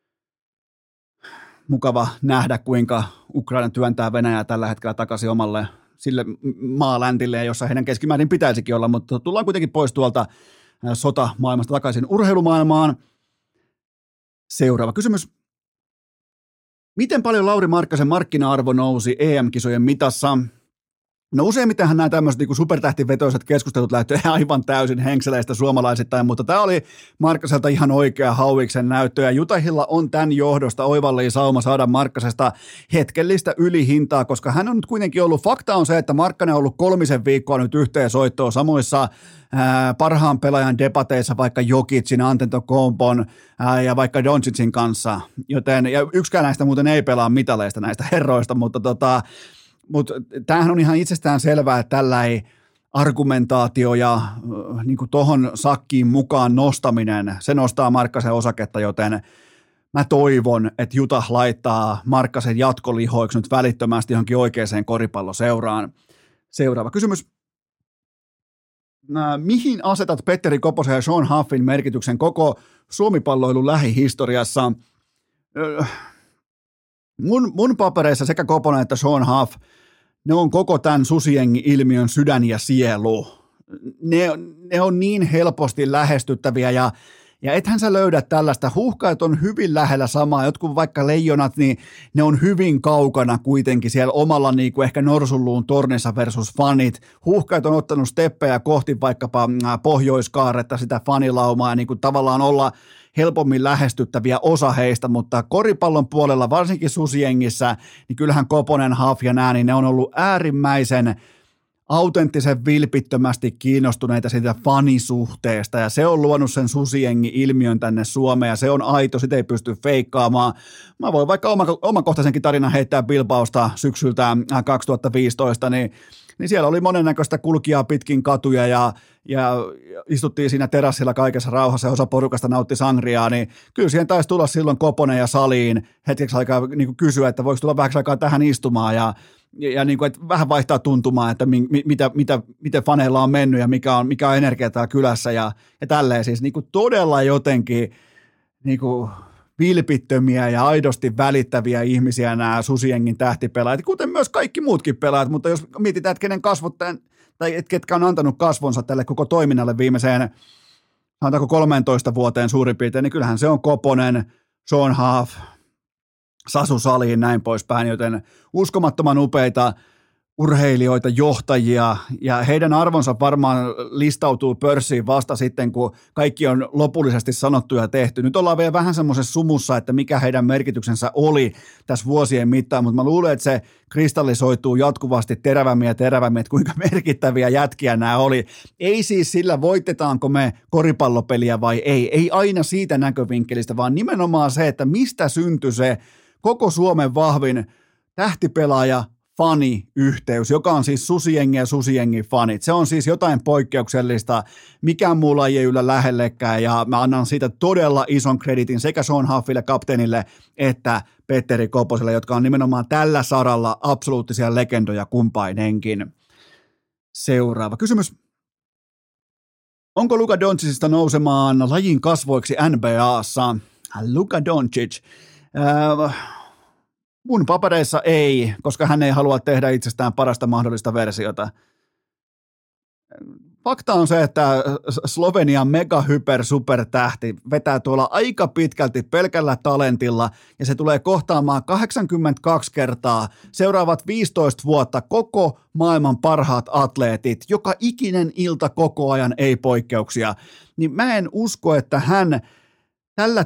mukava nähdä, kuinka Ukraina työntää Venäjää tällä hetkellä takaisin omalle sille maaläntille, jossa heidän keskimäärin pitäisikin olla, mutta tullaan kuitenkin pois tuolta sotamaailmasta takaisin urheilumaailmaan. Seuraava kysymys. Miten paljon Lauri Markkasen markkina-arvo nousi E M-kisojen mitassa? No useimmitenhan nämä tämmöiset niin supertähtivetoiset keskustelut lähtee aivan täysin henkseleistä suomalaisittain, mutta tämä oli Markkaselta ihan oikea hauiksen näyttö, ja Utahilla on tämän johdosta oivallinen sauma saada Markkasesta hetkellistä ylihintaa, koska hän on nyt kuitenkin ollut, fakta on se, että Markkanen on ollut kolmisen viikkoa nyt yhteen soittoon samoissa ää, parhaan pelaajan debateissa vaikka Jokicin, Antetokounmpon ää, ja vaikka Doncicin kanssa, joten, ja yksikään näistä muuten ei pelaa mitaleista näistä herroista, mutta tota, Mutta tämähän on ihan itsestään selvää, että tällä ei argumentaatio ja niin tuohon sakkiin mukaan nostaminen, se nostaa Markkasen osaketta, joten mä toivon, että Utah laittaa Markkasen jatkolihoiksi nyt välittömästi johonkin oikeaan koripalloseuraan. Seuraava kysymys. Mihin asetat Petteri Koposen ja Sean Huffin merkityksen koko suomipalloilun lähihistoriassa? Mun, mun papereissa sekä Koponen että Sean Huff, ne on koko tämän susijengi-ilmiön sydän ja sielu. Ne, ne on niin helposti lähestyttäviä ja Ja ethän sä löydä tällaista, huuhkajat on hyvin lähellä samaa, jotkut vaikka leijonat, niin ne on hyvin kaukana kuitenkin siellä omalla niin kuin ehkä norsunluun tornissa versus fanit. Huuhkajat on ottanut steppejä kohti vaikkapa Pohjoiskaaretta, sitä fanilaumaa ja niin kuin tavallaan olla helpommin lähestyttäviä osa heistä, mutta koripallon puolella, varsinkin susijengissä, niin kyllähän Koponen, Huff ja nää, niin ne on ollut äärimmäisen autenttisen vilpittömästi kiinnostuneita siitä fanisuhteesta, ja se on luonut sen susijengi-ilmiön tänne Suomeen, ja se on aito, sitä ei pysty feikkaamaan. Mä voin vaikka oma, omakohtaisenkin tarinan heittää Bilbaosta syksyltä kaksituhattaviisitoista, niin, niin siellä oli monennäköistä kulkijaa pitkin katuja, ja, ja istuttiin siinä terassilla kaikessa rauhassa, ja osa porukasta nautti sangriaa, niin kyllä siihen taisi tulla silloin Koponen ja Saliin hetkeksi aikaa niin kuin kysyä, että voiko tulla vähäksi aikaa tähän istumaan, ja Ja, ja niin kuin, että vähän vaihtaa tuntumaan, että mi, mitä, mitä, miten faneilla on mennyt ja mikä on, mikä on energia täällä kylässä ja, ja tälleen siis niin kuin todella jotenkin niin kuin vilpittömiä ja aidosti välittäviä ihmisiä nämä susijengin tähtipelaajat, kuten myös kaikki muutkin pelaajat, mutta jos mietitään, että kenen kasvot tämän, tai et ketkä on antanut kasvonsa tälle koko toiminnalle viimeiseen, sanotaanko kolmeentoista vuoteen suurin piirtein, niin kyllähän se on Koponen, Sean Huff, Sasu Saliin, näin poispäin, joten uskomattoman upeita urheilijoita, johtajia, ja heidän arvonsa varmaan listautuu pörssiin vasta sitten, kun kaikki on lopullisesti sanottu ja tehty. Nyt ollaan vielä vähän semmoisessa sumussa, että mikä heidän merkityksensä oli tässä vuosien mittaan, mutta mä luulen, että se kristallisoituu jatkuvasti terävämmin ja terävämmin, että kuinka merkittäviä jätkiä nämä oli. Ei siis sillä, voitetaanko me koripallopeliä vai ei, ei aina siitä näkövinkkelistä, vaan nimenomaan se, että mistä syntyi se koko Suomen vahvin tähtipelaaja, fani-yhteys, joka on siis susijengi ja susijengin fanit. Se on siis jotain poikkeuksellista, mikään muu laji ei yllä lähellekään, ja mä annan siitä todella ison kreditin sekä Sean Huffille, kapteenille, että Petteri Koposelle, jotka on nimenomaan tällä saralla absoluuttisia legendoja kumpainenkin. Seuraava kysymys. Onko Luka Doncicista nousemaan lajin kasvoiksi N B A:ssa? Luka Doncic. Äh, mun papereissa ei, koska hän ei halua tehdä itsestään parasta mahdollista versiota. Fakta on se, että Slovenian mega hyper supertähti vetää tuolla aika pitkälti pelkällä talentilla, ja se tulee kohtaamaan kahdeksankymmentäkaksi kertaa seuraavat viisitoista vuotta koko maailman parhaat atleetit, joka ikinen ilta koko ajan, ei poikkeuksia. Niin mä en usko, että hän tällä,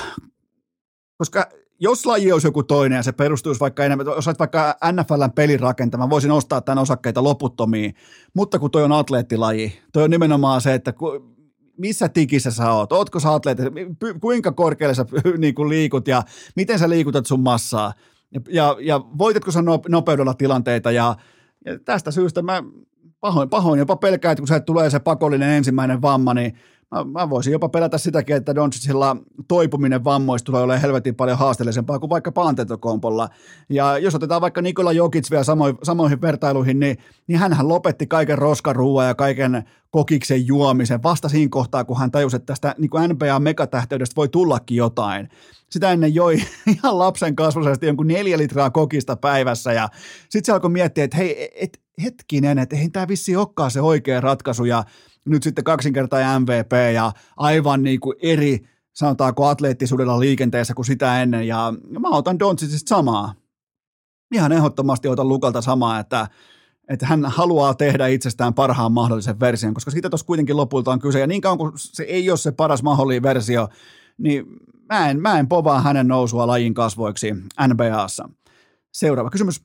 koska jos laji olisi joku toinen ja se perustuisi vaikka enemmän, jos olet vaikka N F L:n pelin rakentama, voisin ostaa tämän osakkeita loputtomiin, mutta kun toi on atleettilaji, toi on nimenomaan se, että ku, missä tikissä sä oot, ootko sä atleetti, kuinka korkealle sä niin kuin liikut ja miten sä liikutat sun massaa ja, ja, ja voitatko sä nopeudella tilanteita ja, ja tästä syystä mä pahoin, pahoin jopa pelkään, että kun se tulee se pakollinen ensimmäinen vamma, niin Mä, mä voisin jopa pelätä sitäkin, että Doncicilla toipuminen vammoista tulee olemaan helvetin paljon haasteellisempaa kuin vaikka Antetokounmpolla. Ja jos otetaan vaikka Nikola Jokic vielä samoihin, samoihin vertailuihin, niin, niin hänhän lopetti kaiken roskaruuan ja kaiken kokiksen juomisen vasta siinä kohtaa, kun hän tajusi, että tästä niin kuin N B A-megatähteydestä voi tullakin jotain. Sitä ennen joi ihan lapsen kasvusesti jonkun neljä litraa kokista päivässä, ja sitten se alkoi miettiä, että hei, et, hetkinen, että eihän tämä vissiin olekaan se oikea ratkaisu, ja nyt sitten kaksinkertainen M V P ja aivan niin kuin eri, sanotaanko atleettisuudella liikenteessä kuin sitä ennen, ja mä otan Doncicista samaa. Ihan ehdottomasti otan Lukalta samaa, että, että hän haluaa tehdä itsestään parhaan mahdollisen version, koska siitä tuossa kuitenkin lopulta on kyse, ja niin kauan kuin se ei ole se paras mahdollinen versio, niin mä en, mä en povaa hänen nousua lajin kasvoiksi N B A:ssa. Seuraava kysymys.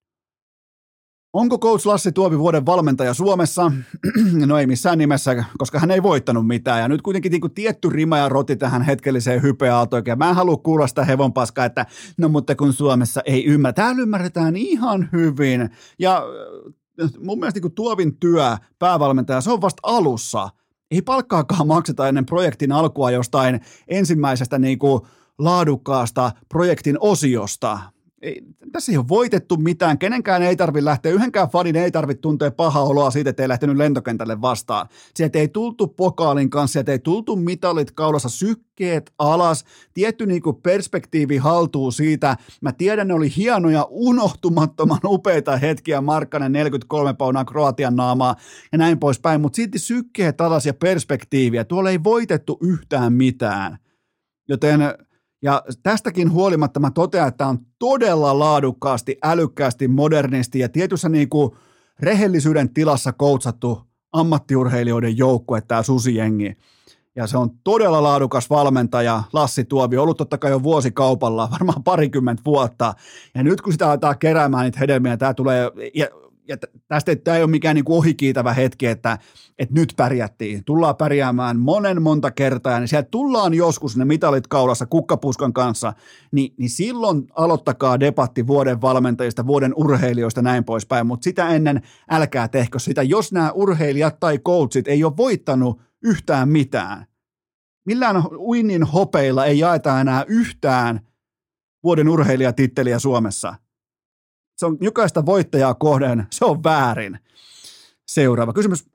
Onko coach Lassi Tuovi vuoden valmentaja Suomessa? No ei missään nimessä, koska hän ei voittanut mitään. Ja nyt kuitenkin niin kuin tietty rima ja roti tähän hetkelliseen hypeaaltoikin. Ja mä en halua kuulla sitä hevonpaskaa, että no mutta kun Suomessa ei ymmärrä. Täällä ymmärretään ihan hyvin. Ja mun mielestä niin kuin Tuovin työ päävalmentaja, se on vasta alussa. Ei palkkaakaan makseta ennen projektin alkua jostain ensimmäisestä niin kuin laadukkaasta projektin osiosta. Ei, tässä ei ole voitettu mitään, kenenkään ei tarvitse lähteä, yhdenkään fanin ei tarvitse tuntea pahaa oloa siitä, että ei lähtenyt lentokentälle vastaan. Sieltä ei tultu pokaalin kanssa, sieltä ei tultu mitalit kaulassa, sykkeet alas, tietty niinku perspektiivi haltuu siitä. Mä tiedän, ne oli hienoja, unohtumattoman upeita hetkiä, Markkanen neljäkymmentäkolme paunaa Kroatian naamaa ja näin poispäin, mutta silti sykkeet alas ja perspektiiviä, tuolla ei voitettu yhtään mitään, joten ja tästäkin huolimatta mä totean, että tämä on todella laadukkaasti, älykkäästi, modernisti ja tietyssä niin kuin rehellisyyden tilassa koutsattu ammattiurheilijoiden joukkue, tämä Susi-jengi. Ja se on todella laadukas valmentaja, Lassi Tuovio, ollut totta kai jo vuosikaupalla, varmaan parikymmentä vuotta. Ja nyt kun sitä aletaan keräämään niitä hedelmiä, tämä tulee, ja, ja tästä ei, tämä ei ole mikään niin kuin ohikiitävä hetki, että, että nyt pärjättiin. Tullaan pärjäämään monen monta kertaa, ja niin sieltä tullaan joskus ne mitalit kaulassa kukkapuskan kanssa, niin, niin silloin aloittakaa debatti vuoden valmentajista, vuoden urheilijoista näin poispäin, mutta sitä ennen älkää tehkö sitä, jos nämä urheilijat tai coachit ei ole voittanut yhtään mitään. Millään uinnin hopeilla ei jaeta enää yhtään vuoden urheilijatitteliä Suomessa. Se on jokaista voittajaa kohden, se on väärin. Seuraava kysymys.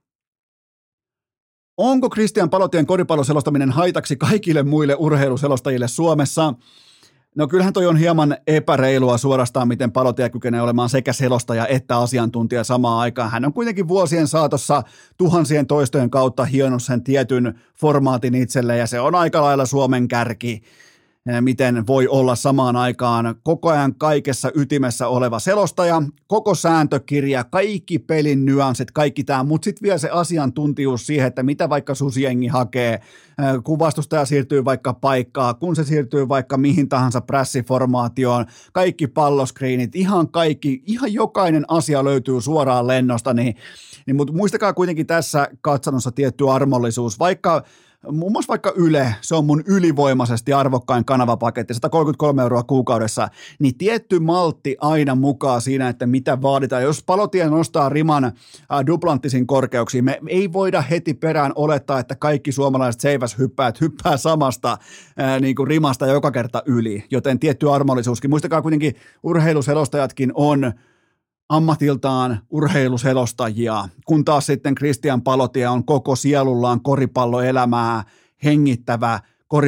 Onko Kristian Palotien koripalloselostaminen haitaksi kaikille muille urheiluselostajille Suomessa? No kyllähän toi on hieman epäreilua suorastaan, miten Palotie kykenee olemaan sekä selostaja että asiantuntija samaan aikaan. Hän on kuitenkin vuosien saatossa tuhansien toistojen kautta hionnut sen tietyn formaatin itselle ja se on aika lailla Suomen kärki, miten voi olla samaan aikaan koko ajan kaikessa ytimessä oleva selostaja, koko sääntökirja, kaikki pelin nyanssit, kaikki tämä, mutta sitten vielä se asiantuntijuus siihen, että mitä vaikka Susi-jengi hakee, kun vastustaja siirtyy vaikka paikkaa, kun se siirtyy vaikka mihin tahansa prässiformaatioon, kaikki palloskriinit, ihan kaikki, ihan jokainen asia löytyy suoraan lennosta, niin, niin mutta muistakaa kuitenkin tässä katsannossa tietty armollisuus, vaikka muun muassa vaikka Yle, se on mun ylivoimaisesti arvokkain kanavapaketti, sata kolmekymmentäkolme euroa kuukaudessa, niin tietty maltti aina mukaan siinä, että mitä vaaditaan. Jos Palotie nostaa riman äh, Duplantisin korkeuksiin, me ei voida heti perään olettaa, että kaikki suomalaiset seiväshyppäät hyppää samasta äh, niin kuin rimasta joka kerta yli, joten tietty armollisuuskin. Muistakaa kuitenkin, urheiluselostajatkin on ammatiltaan urheiluselostajia, kun taas sitten Kristian Palotie on koko sielullaan koripalloelämää hengittävä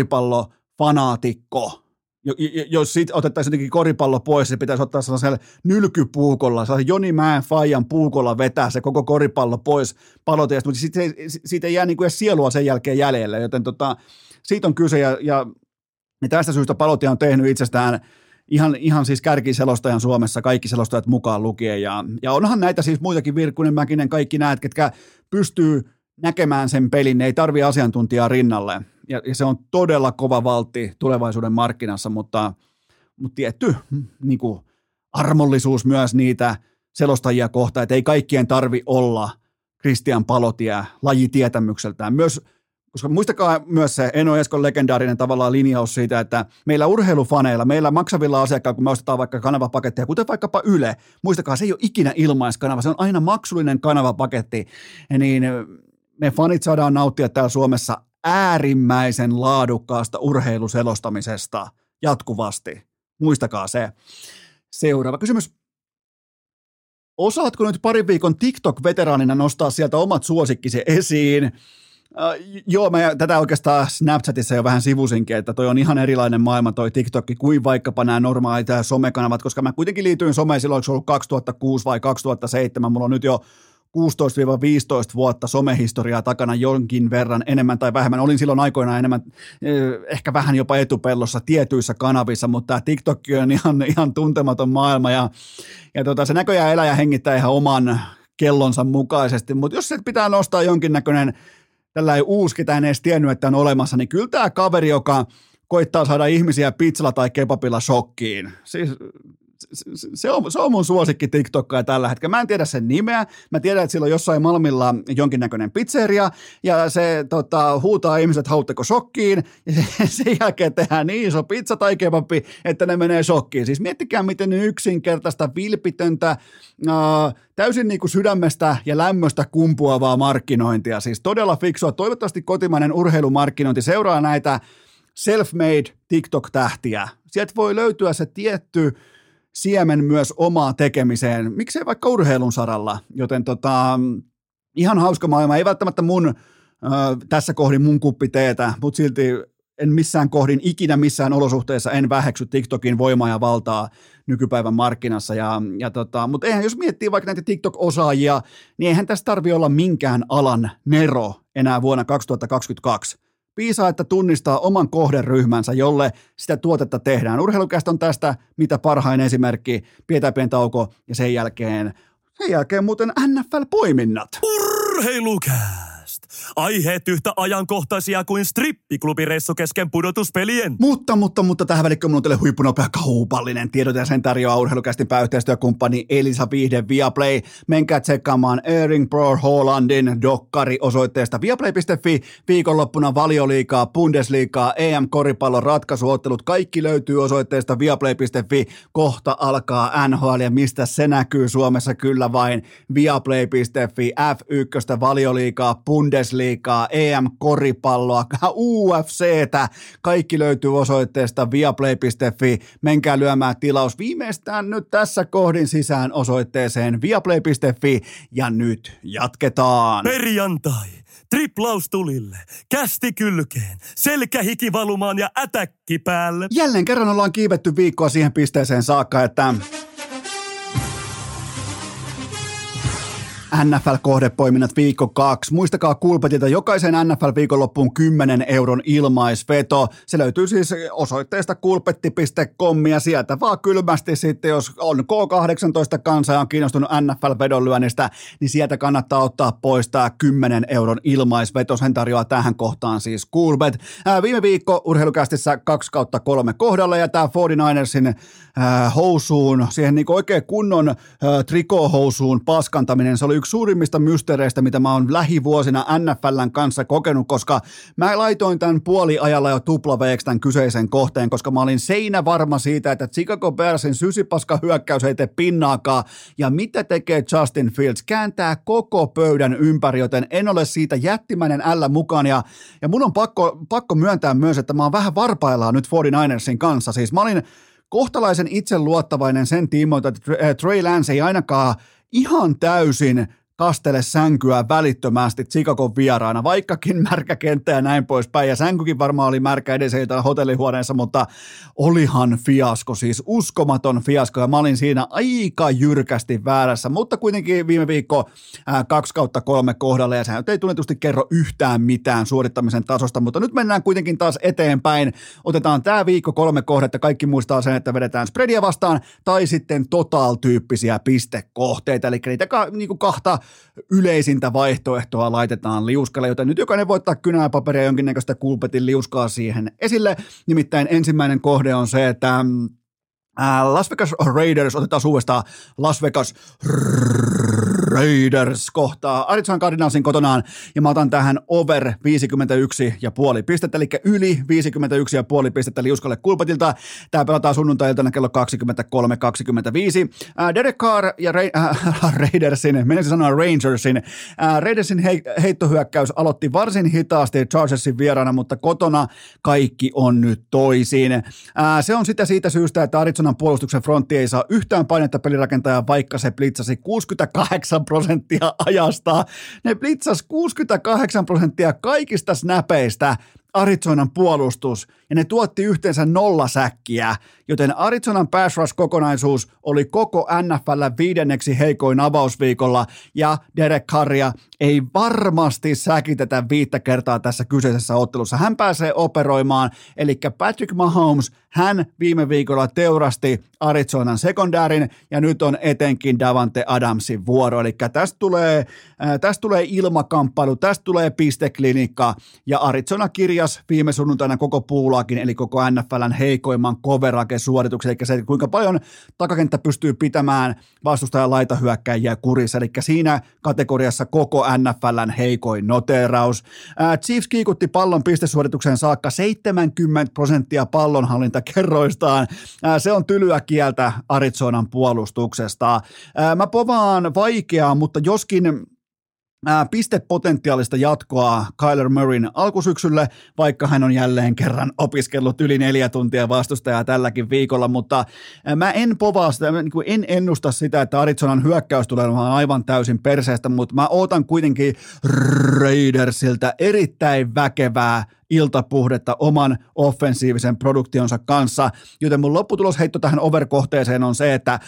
koripallofanaatikko. Jos sitten otettaisiin jotenkin koripallo pois, se pitäisi ottaa sellaisella nylkypuukolla, sellaisen Joni Mäen faijan puukolla vetää se koko koripallo pois Palotiesta, mutta siitä, siitä ei jää niin kuin edes sielua sen jälkeen jäljelle, joten tota, siitä on kyse ja, ja, ja tästä syystä Palotie on tehnyt itsestään Ihan, ihan siis kärkiselostajan Suomessa, kaikki selostajat mukaan lukien, ja, ja onhan näitä siis muitakin, Virkkunen, Mäkinen, kaikki näet, ketkä pystyy näkemään sen pelin, ne ei tarvitse asiantuntijaa rinnalle, ja, ja se on todella kova valtti tulevaisuuden markkinassa, mutta, mutta tietty niin kuin armollisuus myös niitä selostajia kohtaan, että ei kaikkien tarvi olla Kristian Palotie lajitietämykseltään, myös koska muistakaa myös se Eno Eskon legendaarinen tavallaan linjaus siitä, että meillä urheilufaneilla, meillä maksavilla asiakkailla, kun me ostetaan vaikka kanavapaketteja, kuten vaikkapa Yle, muistakaa, se ei ole ikinä ilmaiskanava, se on aina maksullinen kanavapaketti, niin me fanit saadaan nauttia täällä Suomessa äärimmäisen laadukkaasta urheiluselostamisesta jatkuvasti. Muistakaa se. Seuraava kysymys. Osaatko nyt parin viikon TikTok-veteraanina nostaa sieltä omat suosikkisi esiin? Uh, joo, mä tätä oikeastaan Snapchatissa jo vähän sivusinkin, että toi on ihan erilainen maailma toi TikTok kuin vaikkapa nämä normaalit somekanavat, koska mä kuitenkin liityin someen silloin, se ollut kaksituhattakuusi vai kaksituhattaseitsemän, mulla on nyt jo kuusitoista viisitoista vuotta somehistoriaa takana jonkin verran enemmän tai vähemmän. Olin silloin aikoinaan enemmän, ehkä vähän jopa etupellossa tietyissä kanavissa, mutta tämä TikTok on ihan, ihan tuntematon maailma ja, ja tota, se näköjään elää ja hengittää ihan oman kellonsa mukaisesti, mutta jos se pitää nostaa jonkinnäköinen tällainen uusi, ketä en edes tiennyt, että on olemassa, niin kyllä tämä kaveri, joka koittaa saada ihmisiä pizzalla tai kebabilla shokkiin. Siis se on, se on mun suosikki TikTokkaa tällä hetkellä. Mä en tiedä sen nimeä. Mä tiedän, että sillä on jossain Malmilla jonkinnäköinen pizzeria ja se tota, huutaa ihmiset, hautteko shokkiin ja sen jälkeen tehdään niin iso pizza tai kebabi, että ne menee shokkiin. Siis miettikää, miten yksinkertaista, vilpitöntä, äh, täysin niin kuin sydämestä ja lämmöstä kumpuavaa markkinointia. Siis todella fiksua. Toivottavasti kotimainen urheilumarkkinointi seuraa näitä self-made TikTok-tähtiä. Sieltä voi löytyä se tietty siemen myös omaa tekemiseen, miksei vaikka urheilun saralla, joten tota, ihan hauska maailma, ei välttämättä mun äh, tässä kohdin mun kuppi teetä, mutta silti en missään kohdin ikinä missään olosuhteessa en väheksy TikTokin voimaa ja valtaa nykypäivän markkinassa, ja, ja tota, mutta eihän jos miettii vaikka näitä TikTok-osaajia, niin eihän tässä tarvitse olla minkään alan nero enää vuonna kaksituhattakaksikymmentäkaksi. Piisaa, että tunnistaa oman kohderyhmänsä, jolle sitä tuotetta tehdään. Urheilukästä on tästä mitä parhain esimerkki, pidetään pieni tauko ja sen jälkeen, sen jälkeen muuten N F L-poiminnat. Urheilukääst! Aiheet yhtä ajankohtaisia kuin strippiklubireissu kesken pudotuspelien. Mutta, mutta, mutta tähän välikköön on teille huippunopea kaupallinen tiedot ja sen tarjoaa Urheilukästin pääyhteistyökumppani Elisa Viihde Viaplay. Menkää tsekkaamaan Erling Bror Haalandin dokkari osoitteesta viaplay piste fi. Viikonloppuna Valioliigaa, Bundesliigaa, E M-koripallon ratkaisuottelut. Kaikki löytyy osoitteesta viaplay piste fi. Kohta alkaa N H L ja mistä se näkyy Suomessa kyllä vain viaplay piste fi. F yksi, Valioliigaa, Bundesliigaa, E M-koripalloa, U F C:tä. Kaikki löytyy osoitteesta viaplay piste fi. Menkää lyömään tilaus viimeistään nyt tässä kohdin sisään osoitteeseen viaplay piste fi. Ja nyt jatketaan. Perjantai. Triplaus tulille, kästi kylkeen, selkähiki valumaan ja ätäkki päälle. Jälleen kerran ollaan kiivetty viikkoa siihen pisteeseen saakka, että N F L-kohdepoiminnat viikko kaksi. Muistakaa Kulpetilta jokaisen N F L-viikonloppuun kymmenen euron ilmaisveto. Se löytyy siis osoitteesta kulpetti piste com ja sieltä vaan kylmästi sitten, jos on K kahdeksantoista kansa ja on kiinnostunut N F L-vedonlyönnistä, niin sieltä kannattaa ottaa pois tämä kymmenen euron ilmaisveto. Sen tarjoaa tähän kohtaan siis Kulpet. Ää, viime viikko Urheilukästissä kaksi kautta kolme kohdalla ja tämä forty-ninersin ää, housuun, siihen niinku oikein kunnon ää, trikohousuun paskantaminen, se oli yksi suurimmista mysteereistä, mitä mä oon lähivuosina N F L:n kanssa kokenut, koska mä laitoin tämän puoliajalla jo tuplaveeksi tämän kyseisen kohteen, koska mä olin seinä varma siitä, että Chicago Bearsin sysipaska hyökkäys ei tee pinnaakaan, ja mitä tekee Justin Fields? Kääntää koko pöydän ympäri, joten en ole siitä jättimäinen L mukaan, ja, ja mun on pakko, pakko myöntää myös, että mä oon vähän varpaillaan nyt forty-ninersin kanssa, siis mä olin kohtalaisen itseluottavainen sen tiimoilta, että Trey Lance ei ainakaan ihan täysin kastele sänkyä välittömästi Chicagon vieraana, vaikkakin märkä kenttä ja näin poispäin, ja sänkykin varmaan oli märkä edelliseltä hotellihuoneessa, mutta olihan fiasko, siis uskomaton fiasko, ja mä olin siinä aika jyrkästi väärässä, mutta kuitenkin viime viikko ää, kaksi kautta kolme kohdalla, ja sehän ei tunnetusti kerro yhtään mitään suorittamisen tasosta, mutta nyt mennään kuitenkin taas eteenpäin, otetaan tämä viikko kolme kohdetta, kaikki muistaa sen, että vedetään spreadia vastaan, tai sitten total-tyyppisiä pistekohteita, eli niitä ka, niinku kahta yleisintä vaihtoehtoa laitetaan liuskalle, joten nyt jokainen voi ottaa kynää paperia jonkinnäköistä Kulpetin liuskaa siihen esille. Nimittäin ensimmäinen kohde on se, että Las Vegas Raiders, otetaan uudestaan Las Vegas Raiders kohtaa Arizona Cardinalsin kotonaan, ja mä otan tähän over viisikymmentäyksi pilkku viisi pistettä, eli yli viisikymmentäyksi pilkku viisi pistettä liuskalle Kulpetilta. Tää pelataan sunnuntai-iltana kello kaksikymmentäkolme kaksikymmentäviisi. Äh, Derek Carr ja Ra- äh, Raidersin, menisin sanoa Rangersin, äh, Raidersin hei- heittohyökkäys aloitti varsin hitaasti Chargersin vieraana, mutta kotona kaikki on nyt toisin. Äh, se on sitä siitä syystä, että Arizonan puolustuksen frontti ei saa yhtään painetta pelirakentajaa, vaikka se blitzasi kuusikymmentäkahdeksan prosenttia ajasta. Ne blitzasi kuusikymmentäkahdeksan prosenttia kaikista snäpeistä Arizonan puolustus, ja ne tuotti yhteensä nolla säkkiä, joten Arizonan pass rush kokonaisuus oli koko N F L viidenneksi heikoin avausviikolla, ja Derek Carria ei varmasti säkitetä viittä kertaa tässä kyseisessä ottelussa. Hän pääsee operoimaan, eli Patrick Mahomes, hän viime viikolla teurasti Arizonan sekondäärin, ja nyt on etenkin Davante Adamsin vuoro, eli tästä tulee, äh, tästä tulee ilmakamppailu, tästä tulee pisteklinikka, ja Arizona kirjas viime sunnuntaina koko puulaakin, eli koko N F L:n heikoimman coverage-suorituksen, eli se, kuinka paljon takakenttä pystyy pitämään vastustajan laitahyökkäjiä kurissa, eli siinä kategoriassa koko N F L:n heikoin noteraus. Äh, Chiefs kiikutti pallon pistesuoritukseen saakka seitsemänkymmentä prosenttia pallonhallintakerroistaan. Äh, se on tylyä kieltä Arizonan puolustuksesta. Äh, mä povaan vaikeaa, mutta joskin ää, pistepotentiaalista jatkoa Kyler Murrayn alkusyksylle, vaikka hän on jälleen kerran opiskellut yli neljä tuntia vastustajaa tälläkin viikolla, mutta ää, mä en povaa sitä, niin kuin en ennusta sitä, että Arizonan hyökkäys tulee olemaan aivan täysin perseestä, mutta mä ootan kuitenkin Raidersiltä erittäin väkevää iltapuhdetta oman offensiivisen produktionsa kanssa, joten mun lopputulosheitto tähän over-kohteeseen on se, että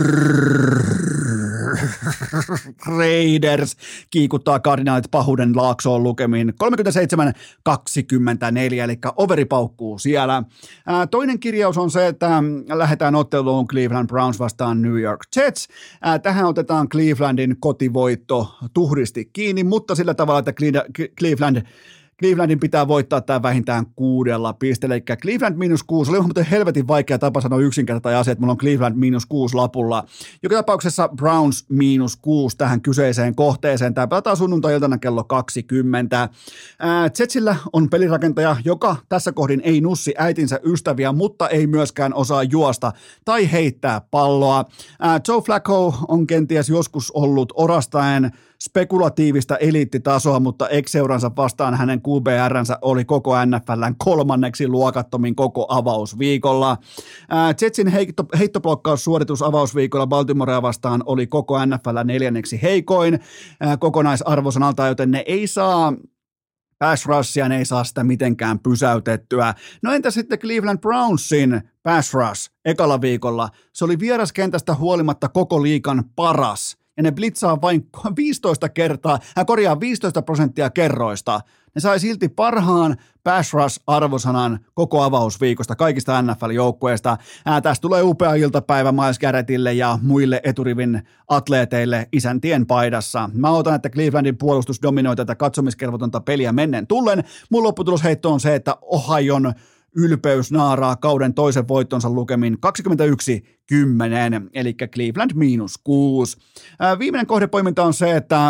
Raiders kiikuttaa Cardinalit pahuuden laaksoon lukemiin kolmekymmentäseitsemän kaksikymmentäneljä, eli overi paukkuu siellä. Ää, toinen kirjaus on se, että lähdetään otteluun Cleveland Browns vastaan New York Jets. Ää, tähän otetaan Clevelandin kotivoitto tuhdisti kiinni, mutta sillä tavalla, että Cleveland Clevelandin pitää voittaa tämä vähintään kuudella pisteellä, eli Cleveland miinus kuusi, oli muuten helvetin vaikea tapa sanoa yksinkertainen asia, että mulla on Cleveland miinus kuusi lapulla. Joka tapauksessa Browns miinus kuusi tähän kyseiseen kohteeseen, tämä pelataan sunnuntai-iltana kello kaksikymmentä. Ää, Jetsillä on pelirakentaja, joka tässä kohdin ei nussi äitinsä ystäviä, mutta ei myöskään osaa juosta tai heittää palloa. Ää, Joe Flacco on kenties joskus ollut orastaen spekulatiivista eliittitasoa, mutta ex-seuransa vastaan hänen Q B R:nsä oli koko N F L:n kolmanneksi luokattomin koko avausviikolla. Ää, Jetsin heitto, heittoblokkaussuoritus avausviikolla Baltimorea vastaan oli koko N F L:n neljänneksi heikoin ää, kokonaisarvosanalta, joten ne ei saa pass rushia, ne ei saa sitä mitenkään pysäytettyä. No entä sitten Cleveland Brownsin pass rush ekalla viikolla? Se oli vieraskentästä huolimatta koko liigan paras. Ja ne blitzaa vain viisitoista kertaa, hän korjaa viisitoista prosenttia kerroista. Ne sai silti parhaan pass rush-arvosanan koko avausviikosta kaikista N F L-joukkueista. Ää, tästä tulee upea iltapäivä Myles Garrettille ja muille eturivin atleeteille isäntien paidassa. Mä otan, että Clevelandin puolustus dominoi tätä katsomiskelvotonta peliä mennen tullen. Mun lopputulosheitto on se, että Ohion ylpeys naaraa kauden toisen voittonsa lukemin kaksikymmentäyksi kymmenen, eli Cleveland miinus kuusi. Ää, viimeinen kohdepoiminta on se, että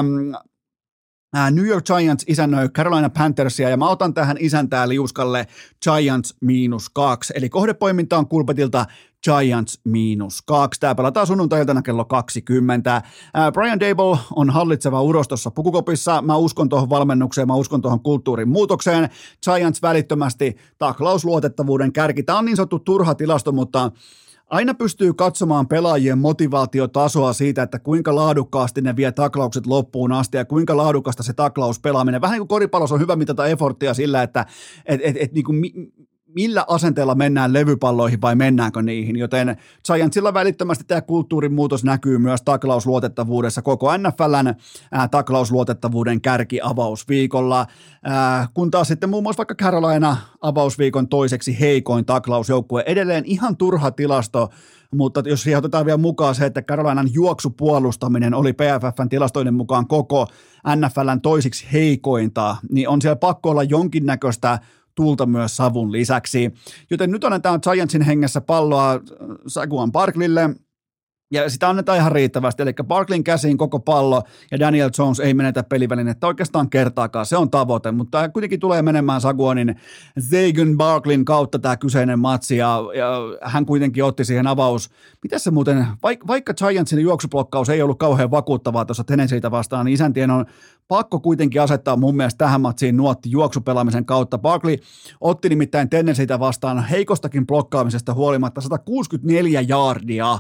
ää, New York Giants isännöi Carolina Panthersia, ja mä otan tähän isäntää liuskalle Giants miinus kaksi, eli kohdepoiminta on Kulpetilta Giants miinus kaksi. Tämä pelataan sunnuntai-iltana kello kaksikymmentä. Ää, Brian Daboll on hallitseva uros tuossa pukukopissa. Mä uskon tuohon valmennukseen, mä uskon tuohon kulttuurin muutokseen. Giants välittömästi taklausluotettavuuden kärki. Tämä on niin sanottu turha tilasto, mutta aina pystyy katsomaan pelaajien motivaatiotasoa siitä, että kuinka laadukkaasti ne vie taklaukset loppuun asti ja kuinka laadukasta se taklauspelaaminen. Vähän niin kuin koripallossa on hyvä mitata efforttia sillä, että et, et, et, niin kuin mi- millä asenteella mennään levypalloihin vai mennäänkö niihin, joten Giantsilla välittömästi tämä kulttuurin muutos näkyy myös taklausluotettavuudessa koko N F L:n ää, taklausluotettavuuden kärki avausviikolla, ää, kun taas sitten muun muassa vaikka Carolina avausviikon toiseksi heikoin taklausjoukkue, edelleen ihan turha tilasto, mutta jos siihen otetaan vielä mukaan se, että Carolinan juoksupuolustaminen oli P F F:n tilastoiden mukaan koko N F L:n toisiksi heikointa, niin on siellä pakko olla jonkinnäköistä tulta myös savun lisäksi. Joten nyt annetaan Giantsin hengessä palloa Saquon Barkleylle, ja sitä annetaan ihan riittävästi, eli Barkleyn käsiin koko pallo, ja Daniel Jones ei menetä pelivälinettä oikeastaan kertaakaan, se on tavoite, mutta kuitenkin tulee menemään Saquonin Saquon Barkleyn kautta tämä kyseinen matsi, ja, ja hän kuitenkin otti siihen avaus. Mitäs se muuten, vaikka, vaikka Giantsin juoksublokkaus ei ollut kauhean vakuuttavaa tuossa Tennesseeitä vastaan, niin isäntien on pakko kuitenkin asettaa mun mielestä tähän matsiin nuotti juoksupelaamisen kautta. Barkley otti nimittäin Tennesseeitä vastaan heikostakin blokkaamisesta huolimatta sata kuusikymmentäneljä jaardia.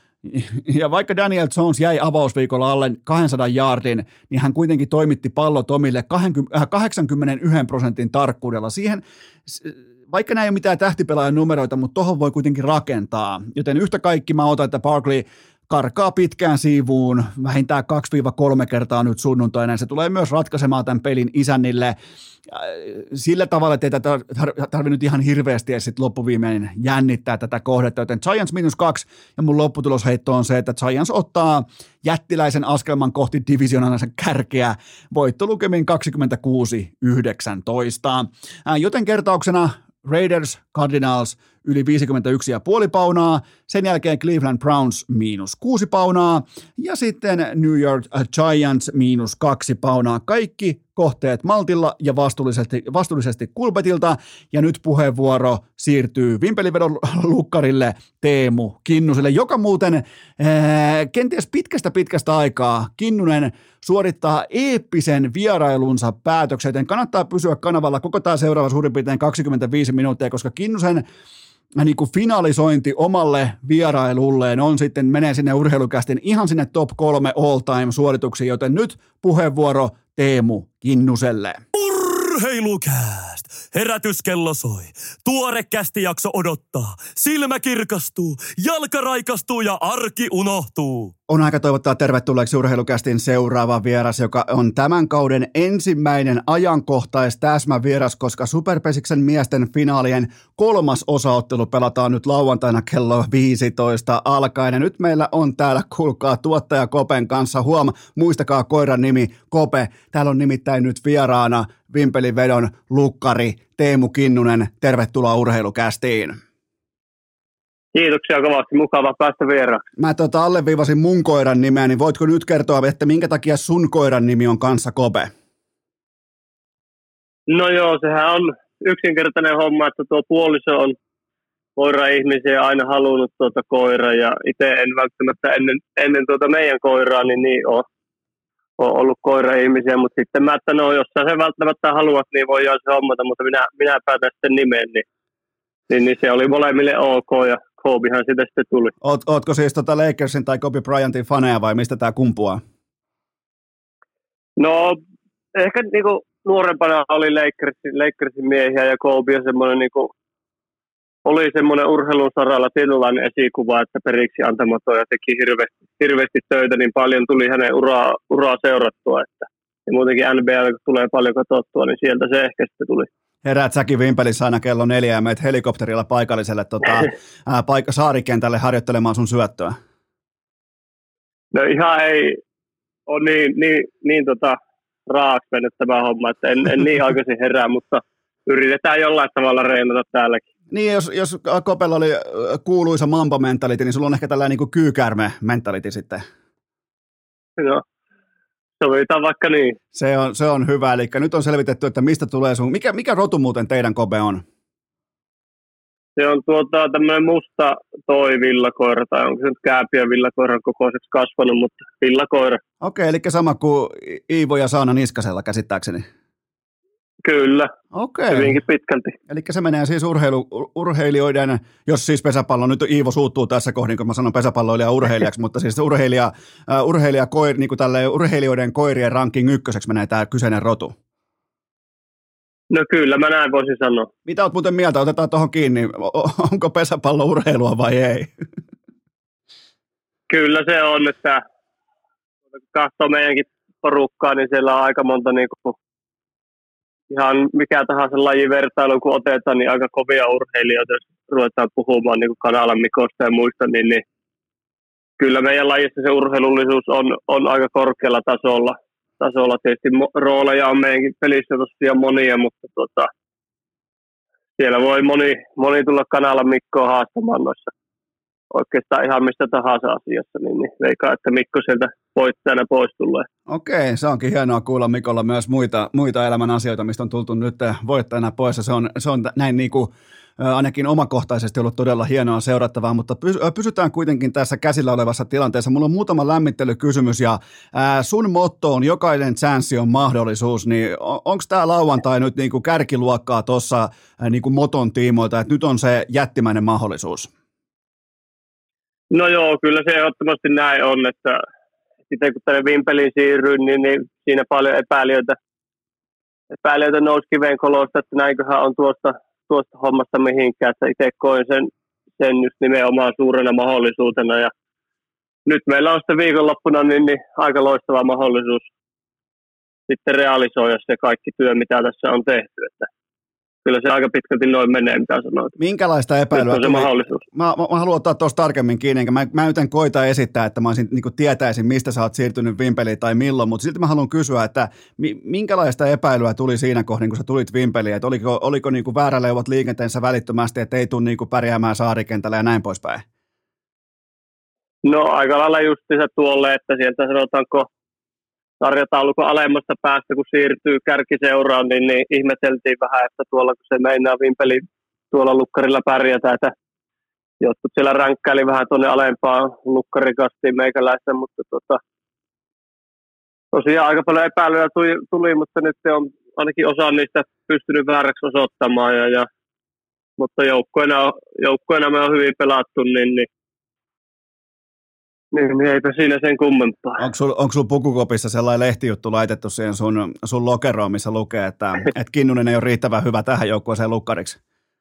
Ja vaikka Daniel Jones jäi avausviikolla alle kaksisataa jaardin, niin hän kuitenkin toimitti pallot omille kahdeksankymmentäyksi prosentin tarkkuudella. Siihen, vaikka nämä ei ole mitään tähtipelaajan numeroita, mutta tuohon voi kuitenkin rakentaa. Joten yhtä kaikki mä otan, että Barkley karkaa pitkään siivuun vähintään kaksi kolme kertaa nyt sunnuntaina. Se tulee myös ratkaisemaan tämän pelin isännille sillä tavalla, että ei tätä tarvinnut ihan hirveästi edes sit loppuviimein jännittää tätä kohdetta, joten Giants miinus kaksi, ja mun lopputulosheitto on se, että Giants ottaa jättiläisen askelman kohti divisioonansa kärkeä voittolukemin kaksikymmentäkuusi yhdeksäntoista. Joten kertauksena Raiders, Cardinals, yli viisikymmentäyksi pilkku viisi paunaa, sen jälkeen Cleveland Browns miinus kuusi paunaa ja sitten New York Giants miinus kaksi paunaa. Kaikki kohteet maltilla ja vastuullisesti, vastuullisesti Kulpetilta ja nyt puheenvuoro siirtyy Vimpelivedon lukkarille Teemu Kinnuselle, joka muuten ää, kenties pitkästä pitkästä aikaa Kinnunen suorittaa eeppisen vierailunsa päätöksen, joten kannattaa pysyä kanavalla koko tämä seuraava suurin piirtein kaksikymmentäviisi minuuttia, koska Kinnusen niin kuin finalisointi omalle vierailulleen on sitten, menee sinne urheilukästin ihan sinne top kolme all time suorituksiin, joten nyt puheenvuoro Teemu Kinnuselle. Urheilukääst! Herätyskello soi. Tuore kästijakso odottaa. Silmä kirkastuu, jalka raikastuu ja arki unohtuu. On aika toivottaa tervetulleeksi Urheilukästin seuraava vieras, joka on tämän kauden ensimmäinen ajankohtais täsmävieras, koska Superpesiksen miesten finaalien kolmas osaottelu pelataan nyt lauantaina kello viisitoista alkaen. Ja nyt meillä on täällä, kuulkaa, tuottaja Kopen kanssa, huom, muistakaa koiran nimi Kope. Täällä on nimittäin nyt vieraana Vimpelivedon lukkari Teemu Kinnunen. Tervetuloa Urheilukästiin. Kiitoksia kovasti, mukava päästä vieraaksi. Mä tota alleviivasin mun koiran nimeä, niin voitko nyt kertoa, että minkä takia sun koiran nimi on kanssa Kope? No joo, sehän on yksinkertainen homma, että tuo puoliso on koira-ihmisiä aina halunnut tuota koiraa ja itse en välttämättä ennen, ennen tuota meidän koiraa, niin, niin on, on ollut koira-ihmisiä, mutta sitten mä, että no jos sä sen välttämättä haluat, niin voidaan se hommata, mutta minä, minä päätän sitten nimen, niin, niin, niin se oli molemmille ok ja Kobehan sitä sitten tuli. Oot, ootko siis tota Lakersin tai Kobe Bryantin faneja vai mistä tää kumpuaa? No ehkä niinku nuorempana oli Lakersin, Lakersin miehiä ja Kobe semmoinen niinku, oli semmoinen urheilun saralla tietynlainen esikuva, että periksi antamaton ja teki hirveästi, hirveästi töitä, niin paljon tuli hänen uraa, uraa seurattua. Että, ja muutenkin N B A, kun tulee paljon katsottua, niin sieltä se ehkä sitten tuli. Heräät säkin Vimpelissä aina kello neljä ja meet helikopterilla paikalliselle tota, ää, paikka saarikentälle harjoittelemaan sun syöttöä. No ihan ei ole niin, niin, niin tota, raaksi mennyt tämä homma, että en, en niin aikaisin herää, mutta yritetään jollain tavalla reenata täälläkin. Niin, jos, jos Kopella oli kuuluisa Mamba-mentality, niin sulla on ehkä tällainen niin kuin kyykärme-mentality sitten. No. Sovitaan vaikka niin. Se on, se on hyvä, eli nyt on selvitetty, että mistä tulee sun, mikä, mikä rotu muuten teidän Kobe on? Se on tuota tämmöinen musta toi villakoira, tai onko se nyt kääpiö villakoiran kokoiseksi kasvanut, mutta villakoira. Okei, eli sama kuin Iivo ja Saana Niskasella käsittääkseni. Kyllä, okei. Hyvinkin pitkälti. Eli se menee siis urheilu, urheilijoiden, jos siis pesäpallo, nyt Iivo suuttuu tässä kohdin, kun mä sanon pesäpalloilija urheilijaksi, mutta siis urheilija, uh, urheilija koir, niin kuin tälle urheilijoiden koirien ranking ykköseksi menee tämä kyseinen rotu. No kyllä, mä näin voisin sanoa. Mitä oot muuten mieltä? Otetaan tuohon kiinni. Onko pesäpallo urheilua vai ei? Kyllä se on, että kun katsoo meidänkin porukkaa, niin siellä on aika monta niin kuin ihan mikä tahansa lajin vertailu, kun otetaan, niin aika kovia urheilijoita, jos ruvetaan puhumaan niin kuin Kanalan Mikosta ja muista, niin, niin kyllä meidän lajissa se urheilullisuus on, on aika korkealla tasolla. tasolla. Tietysti mo- rooleja on meidänkin pelissä tosiaan monia, mutta tota, siellä voi moni, moni tulla Kanalan Mikkoa haastamaan noissa oikeastaan ihan mistä tahansa asiassa, niin, niin veikkaan, että Mikko sieltä voittajana pois tulee. Okei, se onkin hienoa kuulla Mikolla myös muita, muita elämän asioita, mistä on tultu nyt voittajana pois. Se on, se on näin niin kuin, ainakin omakohtaisesti ollut todella hienoa seurattavaa, mutta pysytään kuitenkin tässä käsillä olevassa tilanteessa. Mulla on muutama lämmittelykysymys ja ää, sun motto on jokainen chanssi on mahdollisuus, niin on, onko tämä lauantai nyt niin kuin kärkiluokkaa tuossa niin kuin moton tiimoilta, että nyt on se jättimäinen mahdollisuus? No joo, kyllä se ehdottomasti näin on, että sitten kun tänne Vimpeliin siirryin, niin, niin siinä paljon epäilijöitä, epäilijöitä nousi kiveen kolosta, että näinköhän on tuosta, tuosta hommasta mihinkään, että itse koin sen, sen just nimenomaan suurena mahdollisuutena ja nyt meillä on sitten viikonloppuna niin, niin aika loistava mahdollisuus sitten realisoida se kaikki työ, mitä tässä on tehty, että kyllä se aika pitkälti noin menee, mitä sanoit. Minkälaista epäilyä tuli? Mahdollisuus. Mä, mä, mä haluan ottaa tuossa tarkemmin kiinni, mä, mä yritän koita esittää, että mä olisin, niin kuin tietäisin, mistä sä oot siirtynyt Vimpeliin tai milloin, mutta silti mä haluan kysyä, että mi, minkälaista epäilyä tuli siinä kohdin, kun sä tulit Vimpeliin, että oliko, oliko niin kuin vääräleuvat liikenteessä välittömästi, että ei tule niin kuin pärjäämään Saarikentällä ja näin poispäin? No aika lailla justiinsa tuolle, että sieltä sanotaanko sarjataulukko alemmasta päästä, kun siirtyy kärkiseuraan, niin, niin ihmeteltiin vähän, että tuolla kun se meinaa Vimpeli tuolla lukkarilla pärjätä, että jotkut siellä ränkkäili vähän tuonne alempaan lukkarikastiin meikäläistä, mutta tota, tosiaan aika paljon epäilyä tuli, tuli, mutta nyt on ainakin osa niistä pystynyt vääräksi osoittamaan, ja, ja, mutta joukkoina, joukkoina me on hyvin pelattu, niin, niin Niin, niin eipä siinä sen kummempaa. Onko sulla sul pukukopissa sellainen lehtijuttu laitettu siihen sun, sun lokeroon, missä lukee, että et Kinnunen ei ole riittävän hyvä tähän joukkueeseen lukkariksi?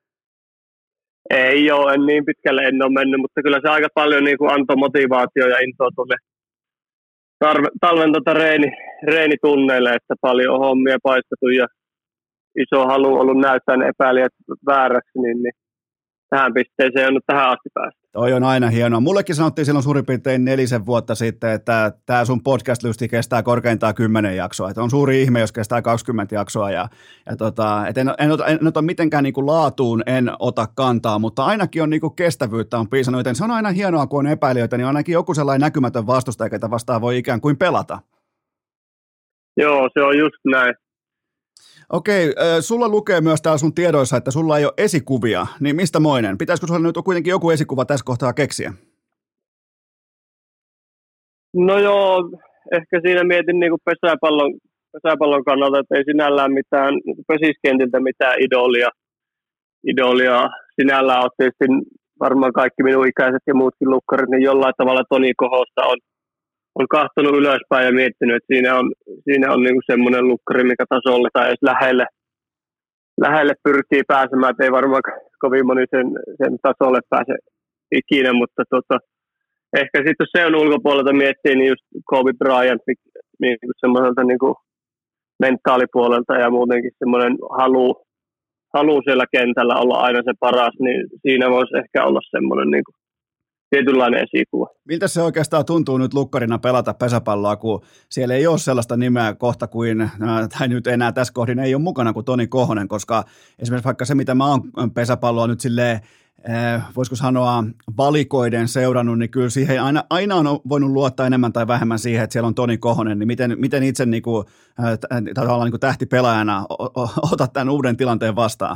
Ei ole, en niin pitkälle en ole mennyt, mutta kyllä se aika paljon niin kuin antoi motivaatio ja intoa tuonne talven tuota reeni, reenitunneille, että paljon on hommia paistettu ja iso halu ollut näyttää ne epäilijät vääräksi, niin, niin tähän pisteeseen on nyt tähän asti päästä. Toi on aina hienoa. Mullekin sanottiin silloin suurin piirtein nelisen vuotta sitten, että tämä sun podcast-lysti kestää korkeintaan kymmenen jaksoa. Että on suuri ihme, jos kestää kaksikymmentä jaksoa. Ja, ja tota, et en, en, ota, en ota mitenkään niinku laatuun, en ota kantaa, mutta ainakin on niinku kestävyyttä on piisannut. Joten se on aina hienoa, kun on epäilijöitä, niin ainakin joku sellainen näkymätön vastustaja, ketä vastaan voi ikään kuin pelata. Joo, se on just näin. Okei, sulla lukee myös täällä sun tiedoissa, että sulla ei ole esikuvia, niin mistä moinen? Pitäisikö sulla nyt kuitenkin joku esikuva tässä kohtaa keksiä? No joo, ehkä siinä mietin niin kuin pesäpallon, pesäpallon kannalta, että ei sinällään mitään niin pesiskentiltä mitään idolia. Idolia sinällään on tietysti varmaan kaikki minun ikäiset ja muutkin lukkarit, niin jollain tavalla Toni Kohosta on, on kahtonut ylöspäin ja miettinyt, että siinä on, siinä on niin kuin semmoinen lukkari, mikä tasolle tai edes lähelle, lähelle pyrkii pääsemään, että ei varmaan kovin moni sen, sen tasolle pääse ikinä, mutta tota, ehkä sitten se on ulkopuolelta miettii, niin just Kobe Bryant niin kuin semmoiselta niin kuin mentaalipuolelta ja muutenkin semmoinen halu, halu siellä kentällä olla aina se paras, niin siinä voisi ehkä olla semmoinen niin kuin tietynlainen esikuva. Miltä se oikeastaan tuntuu nyt lukkarina pelata pesäpalloa, kun siellä ei ole sellaista nimeä kohta kuin, tai nyt enää tässä kohdin ei ole mukana kuin Toni Kohonen, koska esimerkiksi vaikka se, mitä mä oon pesäpalloa nyt silleen, voisiko sanoa valikoiden seurannut, niin kyllä siihen aina, aina on voinut luottaa enemmän tai vähemmän siihen, että siellä on Toni Kohonen, niin miten, miten itse niin kuin, tavallaan niin kuin tähtipelaajana otat tämän uuden tilanteen vastaan?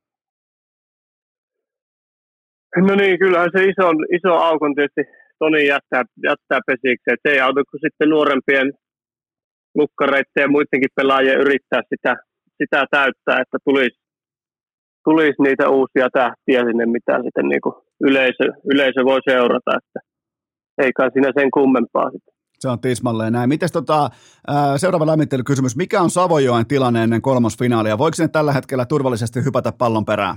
No niin, kyllähän se iso, iso aukon tietysti Toni jättää, jättää pesiksi. Se ei auta, kun sitten nuorempien lukkareiden ja muidenkin pelaajien yrittää sitä, sitä täyttää, että tulisi, tulisi niitä uusia tähtiä sinne, mitä sitten niin kuin yleisö, yleisö voi seurata. Että ei kai siinä sen kummempaa sitten. Se on tismalleen näin. Mites tota, seuraava lämmittelykysymys. Mikä on Savojoen tilanne ennen kolmosfinaalia? Voiko sinne tällä hetkellä turvallisesti hypätä pallon perään?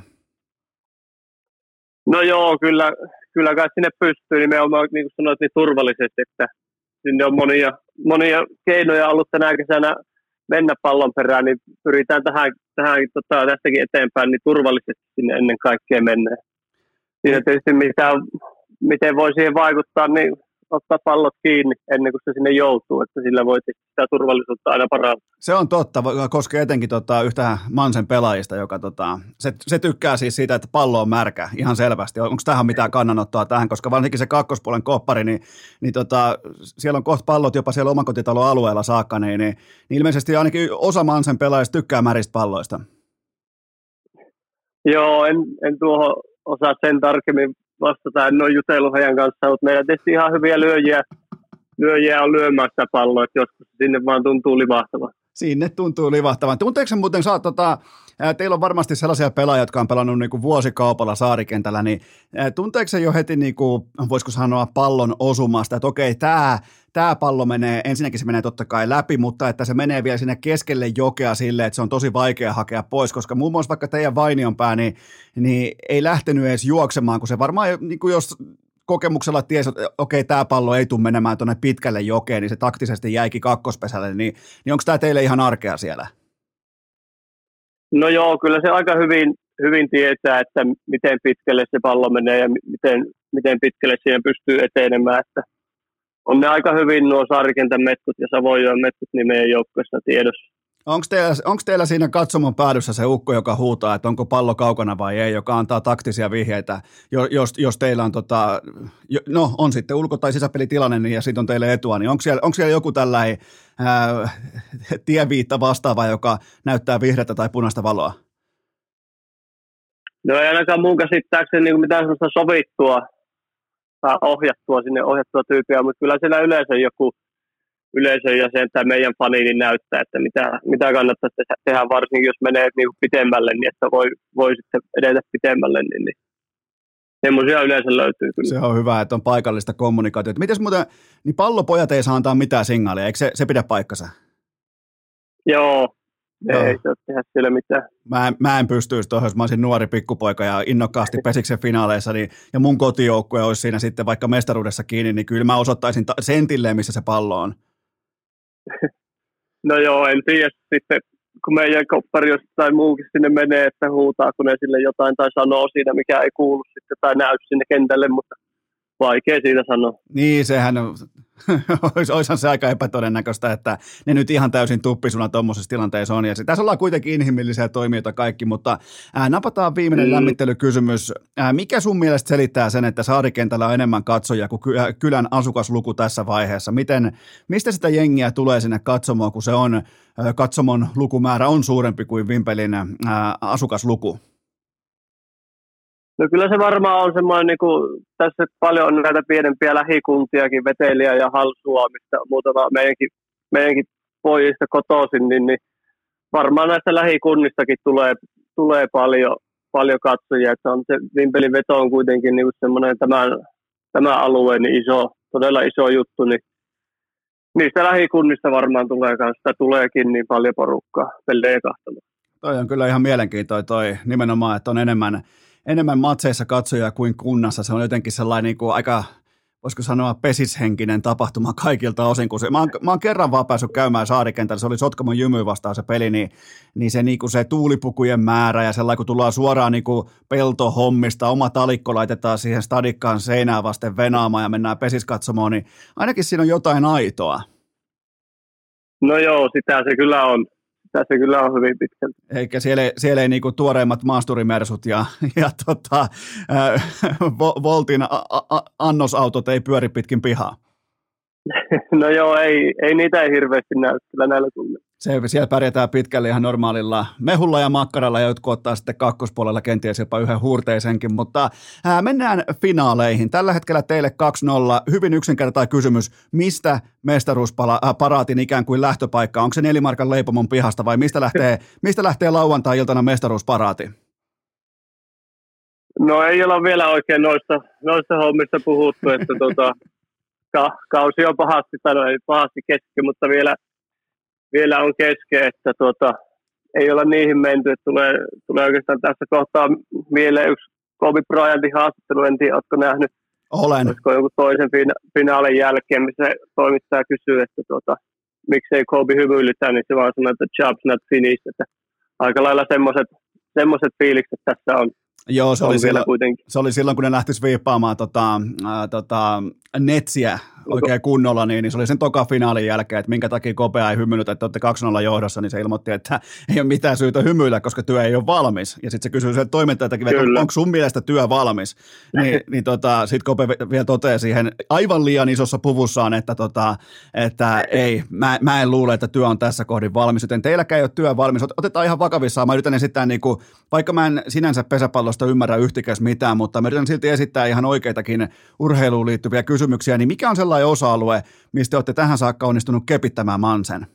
No joo, kyllä, kyllä kai sinne pystyy nimenomaan, niin kuin sanoit, niin turvallisesti, että sinne on monia, monia keinoja ollut tänä kesänä mennä pallon perään, niin pyritään tähän, tähän tota, tästäkin eteenpäin, niin turvallisesti sinne ennen kaikkea mennään. Siinä tietysti mitä, miten voi siihen vaikuttaa, niin ottaa pallot kiinni ennen kuin se sinne joutuu, että sillä voi sitä turvallisuutta aina parantaa. Se on totta, koskee etenkin tota, yhtä Mansen pelaajista, joka tota, se, se tykkää siis siitä, että pallo on märkä ihan selvästi. Onko tähän mitään kannanottoa tähän, koska varsinkin se kakkospuolen koppari, niin, niin tota, siellä on kohta pallot jopa siellä omakotitalon alueella saakka, niin, niin, niin ilmeisesti ainakin osa Mansen pelaajista tykkää märistä palloista. Joo, en, en tuohon osaa sen tarkemmin vastata, en ole jutellut heidän kanssaan, mutta meillä tietysti ihan hyviä lyöjiä, lyöjiä on lyömään sitä palloa, että joskus sinne vaan tuntuu livahtavan. Sinne tuntuu livahtavan. Tunteeko se muuten, saat, tota, teillä on varmasti sellaisia pelaajia, jotka on pelannut niin kuin vuosikaupalla Saarikentällä, niin tunteeko se jo heti, niin kuin, voisiko sanoa, pallon osumasta, että okei, tämä tämä pallo menee, ensinnäkin se menee totta kai läpi, mutta että se menee vielä sinne keskelle jokea silleen, että se on tosi vaikea hakea pois, koska muun muassa vaikka teidän Vainionpää, niin, niin ei lähtenyt edes juoksemaan, kun se varmaan, niin kuin jos kokemuksella tiesi, että okei, tämä pallo ei tule menemään tuonne pitkälle jokeen, niin se taktisesti jäikin kakkospesälle, niin, niin onko tämä teille ihan arkea siellä? No joo, kyllä se aika hyvin, hyvin tietää, että miten pitkälle se pallo menee ja miten, miten pitkälle siihen pystyy etenemään. Että on ne aika hyvin nuo Saarikentän metkut ja Savojoen metkut niin meidän joukkueessa tiedossa. Onko teillä, onko teillä siinä katsomon päädyssä se ukko, joka huutaa, että onko pallo kaukana vai ei, joka antaa taktisia vihjeitä, jos, jos teillä on, tota, no, on sitten ulko- tai sisäpelitilanne niin, ja siitä on teille etua, niin onko siellä, onko siellä joku tällainen ää, tieviitta vastaava, joka näyttää vihreätä tai punaista valoa? No ei ainakaan mun käsittääkseni niin mitään sellaista sovittua tai ohjattua sinne ohjattua tyyppiä, mutta kyllä siellä yleensä joku yleisön jäsen tai meidän fani niin näyttää, että mitä, mitä kannattaa tehdä, varsinkin jos menee niin pitemmälle, niin että voi, voi sitten edetä pitemmälle, niin, niin semmoisia yleensä löytyy kyllä. Se on hyvä, että on paikallista kommunikaatiota. Mites muuten, niin pallopojat ei saa antaa mitään signaalia, eikö se, se pidä paikkansa? Joo, Joo. Ei saa tehdä siellä mitään. Mä en, mä en pystyisi tuohon, jos mä olisin nuori pikkupoika ja innokkaasti pesiksen finaaleissa, niin, ja mun kotijoukkue olisi siinä sitten vaikka mestaruudessa kiinni, niin kyllä mä osoittaisin ta- sentilleen, missä se pallo on. No joo, en tiedä sitten, kun meidän koppari tai muukin sinne menee, että huutaa, kun ne sille jotain tai sanoo siinä, mikä ei kuulu sitten tai näy sinne kentälle, mutta vaikea siitä sanoa. Niin, sehän on, olisihan se aika epätodennäköistä, että ne nyt ihan täysin tuppisuna tuommoisessa tilanteessa on. Ja se, tässä ollaan kuitenkin inhimillisiä toimijoita kaikki, mutta ää, napataan viimeinen mm. lämmittelykysymys. Ää, mikä sun mielestä selittää sen, että Saarikentällä on enemmän katsojia kuin ky- kylän asukasluku tässä vaiheessa? Miten, mistä sitä jengiä tulee sinne katsomoon, kun se on, ää, katsomon lukumäärä on suurempi kuin Vimpelin ää, asukasluku? No kyllä se varmaan on semmoinen, niin kuin, tässä paljon on näitä pienempiä lähikuntiakin, Veteliä ja Halsua, mistä muutama meidänkin, meidänkin pojista kotoisin, niin, niin varmaan näistä lähikunnistakin tulee, tulee paljon, paljon katsojia. Että on se Vimpelin veto on kuitenkin niin semmoinen tämän, tämän alueen niin iso, todella iso juttu, niin niistä lähikunnista varmaan tulee kanssa, tuleekin niin paljon porukkaa pelejä kahtamaan. Toi on kyllä ihan mielenkiintoinen toi nimenomaan, että on enemmän enemmän matseissa katsojia kuin kunnassa. Se on jotenkin sellainen niin kuin aika, voisiko sanoa, pesishenkinen tapahtuma kaikilta osin. Kun se, mä, oon, mä oon kerran vaan päässyt käymään Saarikentällä, se oli Sotkamon Jymy vastaan se peli, niin, niin se, niin kuin se tuulipukujen määrä ja sellainen, kun tullaan suoraan niin kuin peltohommista, oma talikko laitetaan siihen stadikkaan seinään vasten venaamaan ja mennään pesiskatsomoon, niin ainakin siinä on jotain aitoa. No joo, sitä se kyllä on. Tässä kyllä on hyvin pitkälti. Eikä siellä, siellä ei niinku tuoreimmat maasturimersut ja, ja tota, äh, Voltin a, a, annosautot ei pyöri pitkin pihaa. No joo, ei, ei niitä ei hirveästi näy kyllä näillä tunnilla. Se, siellä pärjätään pitkälle ihan normaalilla mehulla ja makkaralla, ja jotkut ottaa sitten kakkospuolella kenties jopa yhden huurteisenkin, mutta ää, mennään finaaleihin. Tällä hetkellä teille kaksi nolla. Hyvin yksinkertainen kysymys. Mistä mestaruusparaatin ikään kuin lähtöpaikka? Onko se Nelimarkan leipomon pihasta vai mistä lähtee, mistä lähtee lauantai-iltana mestaruusparaati? No ei olla vielä oikein noista, noista hommista puhuttu, että tota, ka, kausi on pahasti, tai no ei pahasti kesken, mutta vielä Vielä on kesken, että tuota, ei olla niihin menty, että tulee, tulee oikeastaan tässä kohtaa mieleen yksi Kobe Bryantin haastattelu, en tiedä, oletko nähnyt? Olen. Olisiko joku toisen fina- finaalin jälkeen, missä toimittaja kysyy, että tuota, miksei Kobe hymyilytä, niin se vaan sanoo, että job's not finished, että aika lailla semmoiset, semmoiset fiilikset tässä on. Joo, se oli, silloin, kuitenkin. se oli silloin, kun ne lähti sviippaamaan tota, äh, tota, netsiä oikein kunnolla, niin, niin se oli sen toka finaalin jälkeen, että minkä takia Kopea ei hymyilytä, että olette kaksi nolla johdossa, niin se ilmoitti, että ei ole mitään syytä hymyillä, koska työ ei ole valmis. Ja sitten se kysyy sieltä toimittajaltakin, että on, onko sun mielestä työ valmis? Niin, niin tota, sitten Kope vielä toteaa siihen aivan liian isossa puvussaan, että, tota, että ei, mä, mä en luule, että työ on tässä kohdin valmis, joten teilläkään ei ole työ valmis. Otetaan ihan vakavissaan. Mä yritän esittää, niin kuin, vaikka mä en sinänsä pesäpallosta ymmärrä yhtikäs mitään, mutta mä yritän silti esittää ihan oikeitakin urheiluun liittyviä kysymyksiä, niin mikä on sellainen osa-alue, mistä olette tähän saakka onnistunut kepittämään Mansen?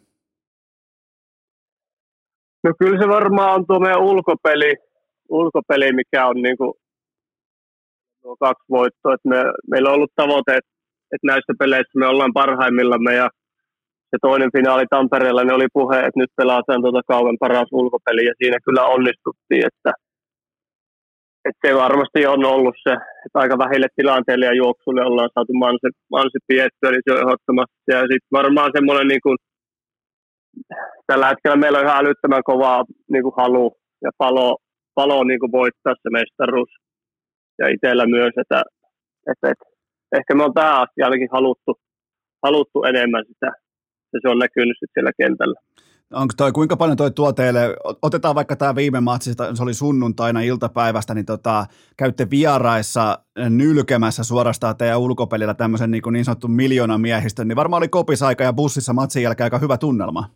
No kyllä se varmaan on tuo meidän ulkopeli, ulkopeli mikä on niin kuin nuo kaksi voittoa. Että me, meillä on ollut tavoite, että näissä peleissä me ollaan parhaimmillamme ja se toinen finaali Tampereella niin oli puhe, että nyt pelataan tuota kauan paras ulkopeli ja siinä kyllä onnistuttiin, että Että se varmasti on ollut se, että aika vähille tilanteille ja juoksuille ollaan saatu mansi, mansi piettyä, niin se on ehdottomasti. Ja sitten varmaan semmoinen, niin kuin, tällä hetkellä meillä on ihan älyttömän kovaa niin kuin halu, ja palo, palo niin kuin voittaa se mestaruus. Ja itsellä myös, että, että, että ehkä me on tähän asti ainakin haluttu, haluttu enemmän sitä, ja se on näkynyt sitten siellä kentällä. Onko toi, kuinka paljon toi tuo teille, otetaan vaikka tämä viime matsi, se oli sunnuntaina iltapäivästä, niin tota, käytte vieraissa nylkemässä suorastaan teidän ulkopelillä tämmöisen niin, niin sanottu miljoona miehistön, niin varmaan oli kopisaika ja bussissa matsin jälkeen aika hyvä tunnelma.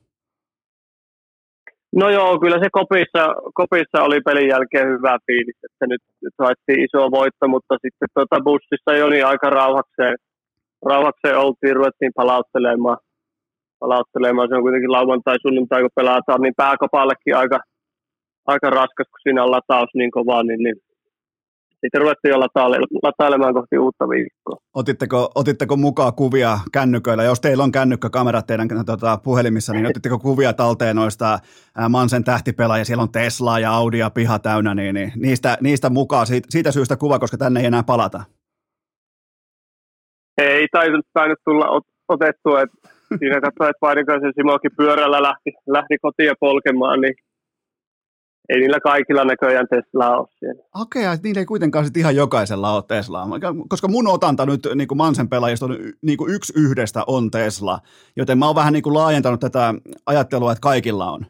No joo, kyllä se kopissa, kopissa oli pelin jälkeen hyvä fiilis, että nyt, nyt haettiin iso voitto, mutta sitten tuota bussissa jo niin aika rauhakseen, rauhakseen oltiin, ruvettiin palauttelemaan. palauttelemaan. Se on kuitenkin lauantai, sunnuntai, kun pelataan, niin pääkopallekin aika, aika raskas, kun siinä on lataus niin kovaa, niin, niin sitten ruvettiin jo lataile- latailemaan kohti uutta viikkoa. Otitteko, otitteko mukaan kuvia kännyköillä? Jos teillä on kännykkäkamerat teidän tota, puhelimissa, niin otitteko kuvia talteen noista ää, Mansen tähtipelaajia? Siellä on Teslaa ja Audia piha täynnä, niin, niin niistä, niistä mukaan siitä, siitä syystä kuva, koska tänne ei enää palata. Ei tainnut, tainnut tulla ot- otettua, että siinä katsoin, että Painikaisen Simokin pyörällä lähti, lähti kotiin polkemaan, niin ei niillä kaikilla näköjään Teslaa ole siellä. Okei, okay, niillä ei kuitenkaan sitten ihan jokaisella ole Teslaa, koska mun otanta nyt niin kuin Mansen pelaajista on niin kuin yksi yhdestä on Tesla, joten mä oon vähän niin kuin laajentanut tätä ajattelua, että kaikilla on.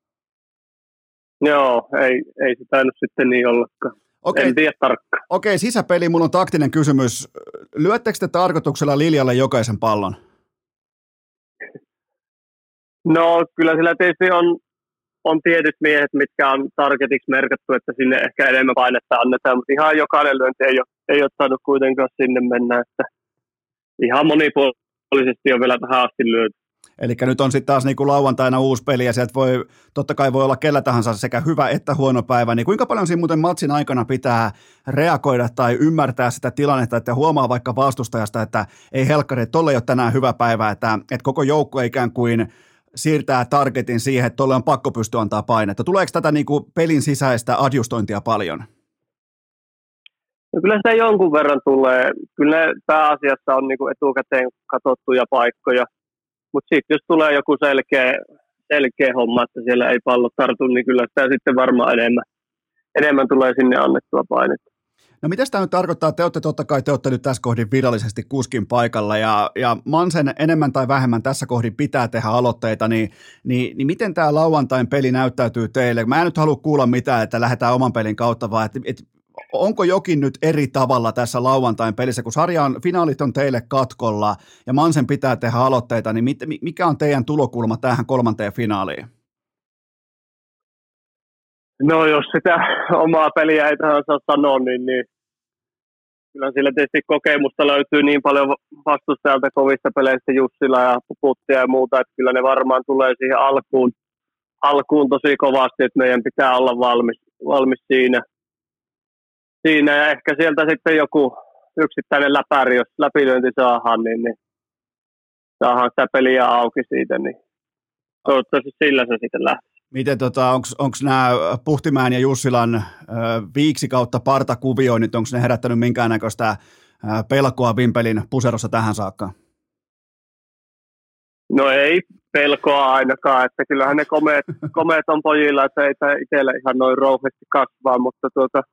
Joo, ei, ei se tainnut sitten niin ollakaan. Okei, en tiedä tarkkaan. Okei, sisäpeli, mulla on taktinen kysymys. Lyöttekö te tarkoituksella Liljalle jokaisen pallon? No kyllä sillä tietysti on, on tietyt miehet, mitkä on targetiksi merkattu, että sinne ehkä enemmän painetta annetaan, mutta ihan jokainen lyönti ei ole, ei ole saanut kuitenkaan sinne mennä, että ihan monipuolisesti on vielä tähän asti lyöty. Eli nyt on sitten taas niin kuin lauantaina uusi peli ja sieltä voi, totta kai voi olla kellä tahansa sekä hyvä että huono päivä, niin kuinka paljon siinä muuten matsin aikana pitää reagoida tai ymmärtää sitä tilannetta, että huomaa vaikka vastustajasta, että ei helkkari, että tolle ei ole tänään hyvä päivä, että, että koko joukko ikään kuin siirtää targetin siihen, että tolle on pakko pystyä antaa painetta. Tuleeko tätä niin kuin pelin sisäistä adjustointia paljon? No kyllä sitä jonkun verran tulee. Kyllä ne pääasiassa on niin kuin etukäteen katsottuja paikkoja. Mutta sitten jos tulee joku selkeä, selkeä homma, että siellä ei pallo tartu, niin kyllä sitä sitten varmaan enemmän, enemmän tulee sinne annettua painetta. No mitä tämä nyt tarkoittaa? Te olette totta kai, te olette nyt tässä kohdin virallisesti kuskin paikalla ja, ja Mansen enemmän tai vähemmän tässä kohdin pitää tehdä aloitteita, niin, niin, niin miten tämä lauantain peli näyttäytyy teille? Mä en nyt halua kuulla mitään, että lähdetään oman pelin kautta, vaan että, että onko jokin nyt eri tavalla tässä lauantain pelissä, kun sarjan finaalit on teille katkolla ja Mansen pitää tehdä aloitteita, niin mit, mikä on teidän tulokulma tähän kolmanteen finaaliin? No jos sitä omaa peliä ei tähän saa sanoa, niin, niin kyllä sillä tietysti kokemusta löytyy niin paljon vastustajalta kovista peleistä, Jussila ja Puputtia ja muuta, että kyllä ne varmaan tulee siihen alkuun, alkuun tosi kovasti, että meidän pitää olla valmis, valmis siinä. Siinä ja ehkä sieltä sitten joku yksittäinen läpäri, jos läpilyönti saadaan, niin, niin saadaan sitä peliä auki siitä, niin toivottavasti sillä se sitten lähtee. Miten tota, onko nämä Puhtimäen ja Jussilan ö, viiksi kautta partakuvioinnit, onko ne herättänyt minkäännäköistä ö, pelkoa Vimpelin puserossa tähän saakka? No ei pelkoa ainakaan, että kyllähän ne komeet, komeet on pojilla, että ei tämä itsellä ihan noin rouheasti kasvaa, mutta tuota,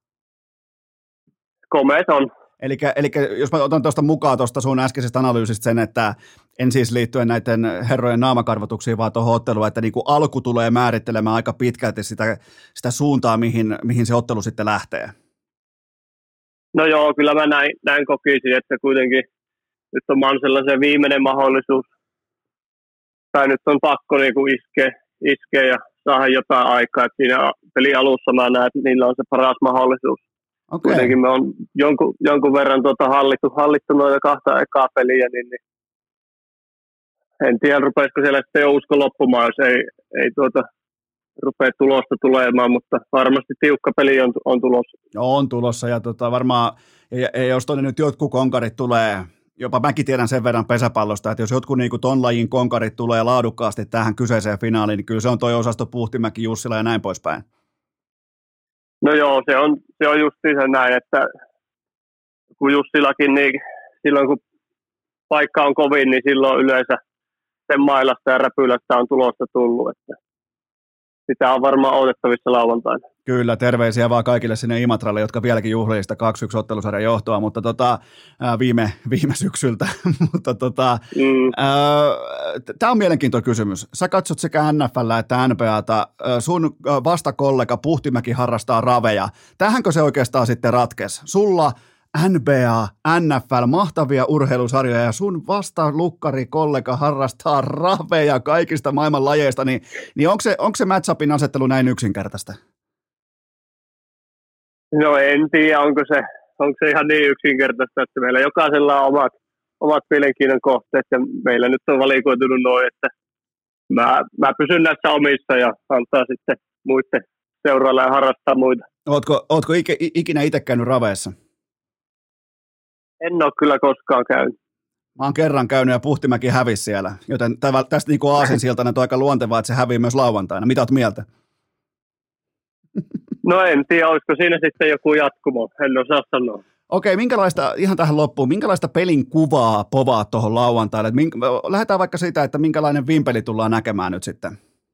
komeet on. Eli, eli jos mä otan tuosta mukaan tuosta sun äskeisestä analyysistä sen, että en siis liittyen näiden herrojen naamakarvotuksiin, vaan tuohon otteluun, että niin kuin alku tulee määrittelemään aika pitkälti sitä, sitä suuntaa, mihin, mihin se ottelu sitten lähtee. No joo, kyllä mä näin, näin kokisin, että kuitenkin nyt on Mansella se viimeinen mahdollisuus, tai nyt on pakko niin kuin iskeä, iskeä ja saada jotain aikaa, että siinä pelin alussa mä näen, että niillä on se paras mahdollisuus. Okay. Kuitenkin me on jonkun, jonkun verran tuota hallittu, hallittu noita kahta ekaa peliä, niin, niin en tiedä, rupeisiko siellä sitten jo usko loppumaan, jos ei, ei tuota, rupea tulosta tulemaan, mutta varmasti tiukka peli on, on tulossa. Joo, on tulossa ja tota, varmaan, ja, ja jos tuonne nyt jotkut konkarit tulee, jopa mäkin tiedän sen verran pesäpallosta, että jos jotkut niin kuin ton lajin konkarit tulee laadukkaasti tähän kyseiseen finaaliin, niin kyllä se on toi osasto Puhtimäki, Jussila ja näin poispäin. No joo, se on, se on justiinsa näin, että kun Jussilakin, niin silloin kun paikka on kovin, niin silloin yleensä sen mailasta ja räpylästä on tulosta tullut. Että sitä on varmaan odotettavissa lauantaina. Kyllä, terveisiä vaan kaikille sinne Imatralle, jotka vieläkin juhlii sitä kaksi yksi ottelusarjan johtoa, mutta tota, ää, viime, viime syksyltä. mutta tota, mm. Tämä on mielenkiintoinen kysymys. Sä katsot sekä N F L että N B A:ta, sun vastakollega Puhtimäki harrastaa raveja. Tähänkö se oikeastaan sitten ratkesi? Sulla N B A, N F L, mahtavia urheilusarjoja ja sun vastalukkari kollega harrastaa raveja kaikista maailman lajeista, niin, niin onko se, onko se matchupin asettelu näin yksinkertaista? No en tiedä, onko se, onko se ihan niin yksinkertaista, että meillä jokaisella on omat, omat mielenkiinnon kohteet ja meillä nyt on valikoitunut noin, että mä, mä pysyn näissä omissa ja antaa sitten muiden seurailla ja harrastaa muita. Ootko, ootko ikinä itse käynyt raveissa? En ole kyllä koskaan käynyt. Mä oon kerran käynyt ja Puhtimäki hävisi siellä, joten tästä niin kuin aasinsiltana on aika luontevaa, että se hävii myös lauantaina. Mitä oot mieltä? No en tiedä, olisiko siinä sitten joku jatkumo, en osaa sanoa. Okei, minkälaista, ihan tähän loppuun, minkälaista pelin kuvaa povaat tuohon lauantaille? Mink, lähdetään vaikka siitä, että minkälainen vimpeli tullaan näkemään nyt sitten.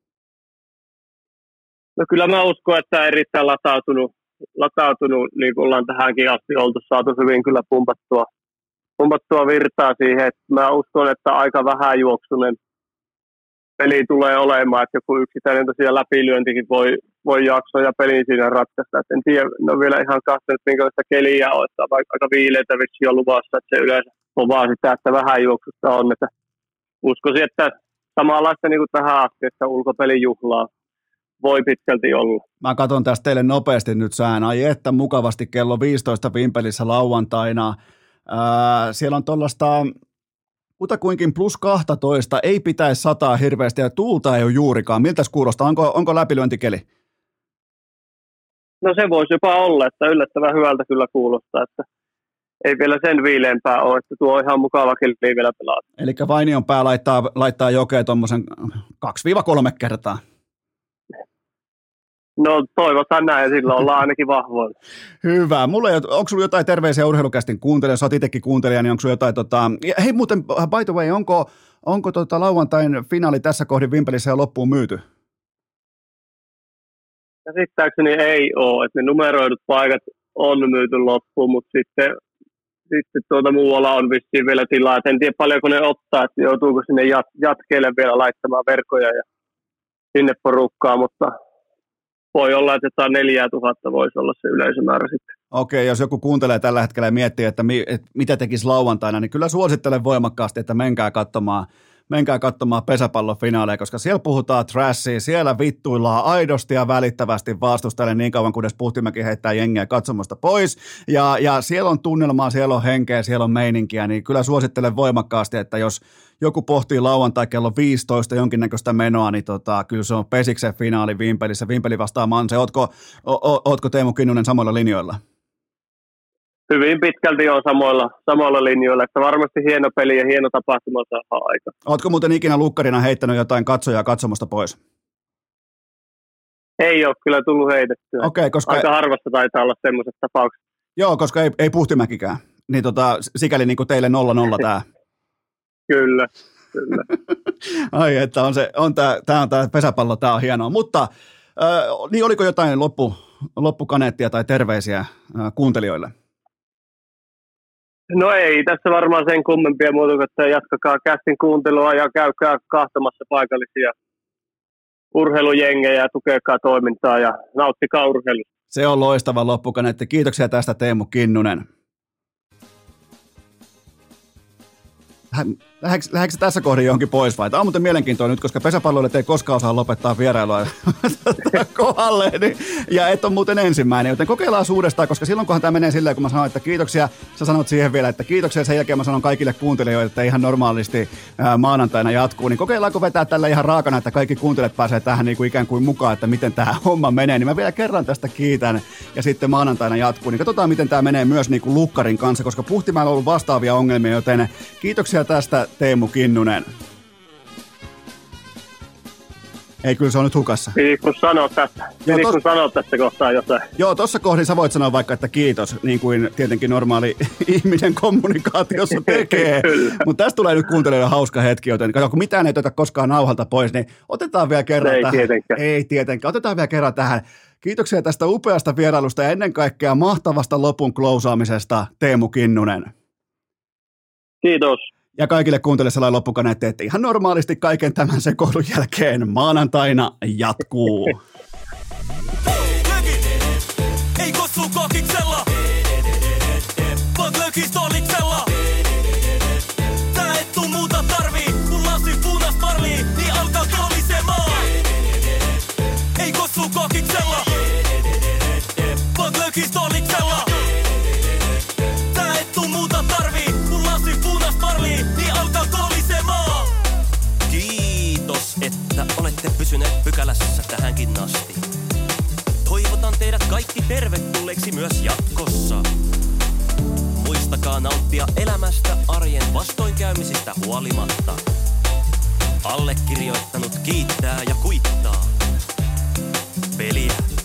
No kyllä mä uskon, että erittäin latautunut, latautunut niin kuin ollaan tähänkin asti oltu, saatu hyvin kyllä pumpattua, pumpattua virtaa siihen. Että mä uskon, että aika vähän juoksunen peli tulee olemaan, että joku yksittäinen tosiaan läpilyöntikin voi, voi jaksoa ja pelin siinä ratkaista. Et en tiedä, ne on vielä ihan katsonut, minkälaista keliä on, että aika viileitä vitsi on luvassa, että se yleensä povaa sitä, että vähän juoksusta on. Että uskoisin, että samanlaista niin kuin tähän asti, että ulkopelin juhlaa voi pitkälti olla. Mä katson tästä teille nopeasti nyt sään. Ai että mukavasti kello viisitoista Vimpelissä lauantaina. Ää, siellä on tuollaista kutakuinkin plus kaksitoista, ei pitäisi sataa hirveästi ja tuulta ei ole juurikaan. Miltäs kuulostaa? Onko, onko läpilyöntikeli? No se voisi jopa olla, että yllättävän hyvältä kyllä kuulostaa, että ei vielä sen viileämpää ole, että tuo on ihan mukava keli vielä pelata. Eli Vainion pää laittaa, laittaa jokea tuommoisen kaksi kolme kertaa. No toivotaan näin, ja silloin ollaan ainakin vahvoilla. Hyvä. Mulla ei, onko sulla jotain terveisiä urheilukästin kuuntelija, sä oot itsekin kuuntelija, niin onko sulla jotain, tota... hei muuten, by the way, onko, onko tota lauantain finaali tässä kohdin Vimpelissä jo loppuun myyty? Käsittääkseni ei ole, että ne numeroidut paikat on myyty loppuun, mutta sitten, sitten tuota muualla on vissiin vielä tilaa, et en tiedä paljonko ne ottaa, että joutuuko sinne jat, jatkeille vielä laittamaan verkkoja ja sinne porukkaa, mutta voi olla, että jotain neljää tuhatta voisi olla se yleisömäärä sitten. Okei, jos joku kuuntelee tällä hetkellä ja miettii, että, mi, että mitä tekisi lauantaina, niin kyllä suosittelen voimakkaasti, että menkää katsomaan, menkää katsomaan pesäpallofinaaleja, koska siellä puhutaan trashia, siellä vittuillaan aidosti ja välittävästi vastustajalle niin kauan, kunnes Puhtimäki heittää jengiä katsomasta pois. Ja, ja siellä on tunnelmaa, siellä on henkeä, siellä on meininkiä, niin kyllä suosittelen voimakkaasti, että jos joku pohtii lauantai kello viisitoista jonkinnäköistä menoa, niin tota, kyllä se on Pesiksen finaali Vimpelissä. Vimpeli vastaa Manse. Ootko, o, o, ootko Teemu Kinnunen samoilla linjoilla? Hyvin pitkälti on samoilla, samoilla linjoilla, että varmasti hieno peli ja hieno tapahtuma saa aika. Ootko muuten ikinä lukkarina heittänyt jotain katsojaa katsomasta pois? Ei ole kyllä tullut heitettyä. Okay, koska aika harvassa taitaa olla semmoiset tapaukset. Joo, koska ei, ei Puhtimäkikään. Niin tota, sikäli niin kuin teille nolla nolla tämä. Kyllä, kyllä. Ai, että on se, on tää, tää on tää pesäpallo, tää on hienoa. Mutta äh, niin oliko jotain loppu, loppukaneettia tai terveisiä äh, kuuntelijoille? No ei tässä varmaan sen kummempia muuta kuin, että jatkakaa kästin kuuntelua ja käykää kahtomassa paikallisia urheilujengejä ja tukekaa toimintaa ja nauttikaa urheilusta. Se on loistava loppukaneetti. Kiitoksia tästä Teemu Kinnunen. Lähdekö tässä kohdin johonkin pois vai? Tämä on muuten mielenkiintoinen nyt, koska pesäpalloille ei koskaan osaa lopettaa vierailua kohdalle, niin, ja et on muuten ensimmäinen, joten kokeillaan uudestaan, koska silloin kunhan tämä menee silleen, kun mä sanoin, että kiitoksia, sä sanot siihen vielä, että kiitoksia, sen jälkeen mä sanon kaikille kuuntelijoille, että ihan normaalisti ää, maanantaina jatkuu, niin kokeillaanko vetää tällä ihan raakana, että kaikki kuuntelijat pääsee tähän niin kuin ikään kuin mukaan, että miten tämä homma menee, niin mä vielä kerran tästä kiitän, ja sitten maanantaina jatkuu, niin katsotaan, miten tämä menee myös niin kuin lukkarin kanssa, koska Puhtimäellä on ollut vastaavia ongelmia, joten kiitoksia tästä Teemu Kinnunen. Ei, kyllä se on nyt hukassa. Pidikö sanoa tässä? Pidikö tos... sanoa tässä kohtaa jotain? Joo, tossa kohdin sä voit sanoa vaikka, että kiitos, niin kuin tietenkin normaali ihminen kommunikaatiossa tekee. Mutta tästä tulee nyt kuuntelijoille hauska hetki, joten kato, kun mitään ei tuota koskaan nauhalta pois, niin otetaan vielä kerran ei tähän. Tietenkään. Ei tietenkään. Otetaan vielä kerran tähän. Kiitoksia tästä upeasta vierailusta ja ennen kaikkea mahtavasta lopun klousaamisesta, Teemu Kinnunen. Kiitos. Ja kaikille kuuntelijoille sellainen loppukaneet, että teette ihan normaalisti kaiken tämän sekoilun jälkeen maanantaina jatkuu. Ei kossu kokiksella, vaan lökis toliksella. Tää et tuu muuta tarvii, kun lasi punas parlii, niin alkaa kolisemaan. Ei kossu kokiksella, vaan lökis toliksella. Tää et tuu muuta tarvii, kun lasi punas parlii, niin alkaa kolisemaan. Kiitos, että olette pysyneet pykälässä tähänkin asti. Toivotan teidät kaikki tervetulleeksi myös jatkossa. Muistakaa nauttia elämästä arjen vastoinkäymisistä huolimatta. Allekirjoittanut kiittää ja kuittaa. Peliä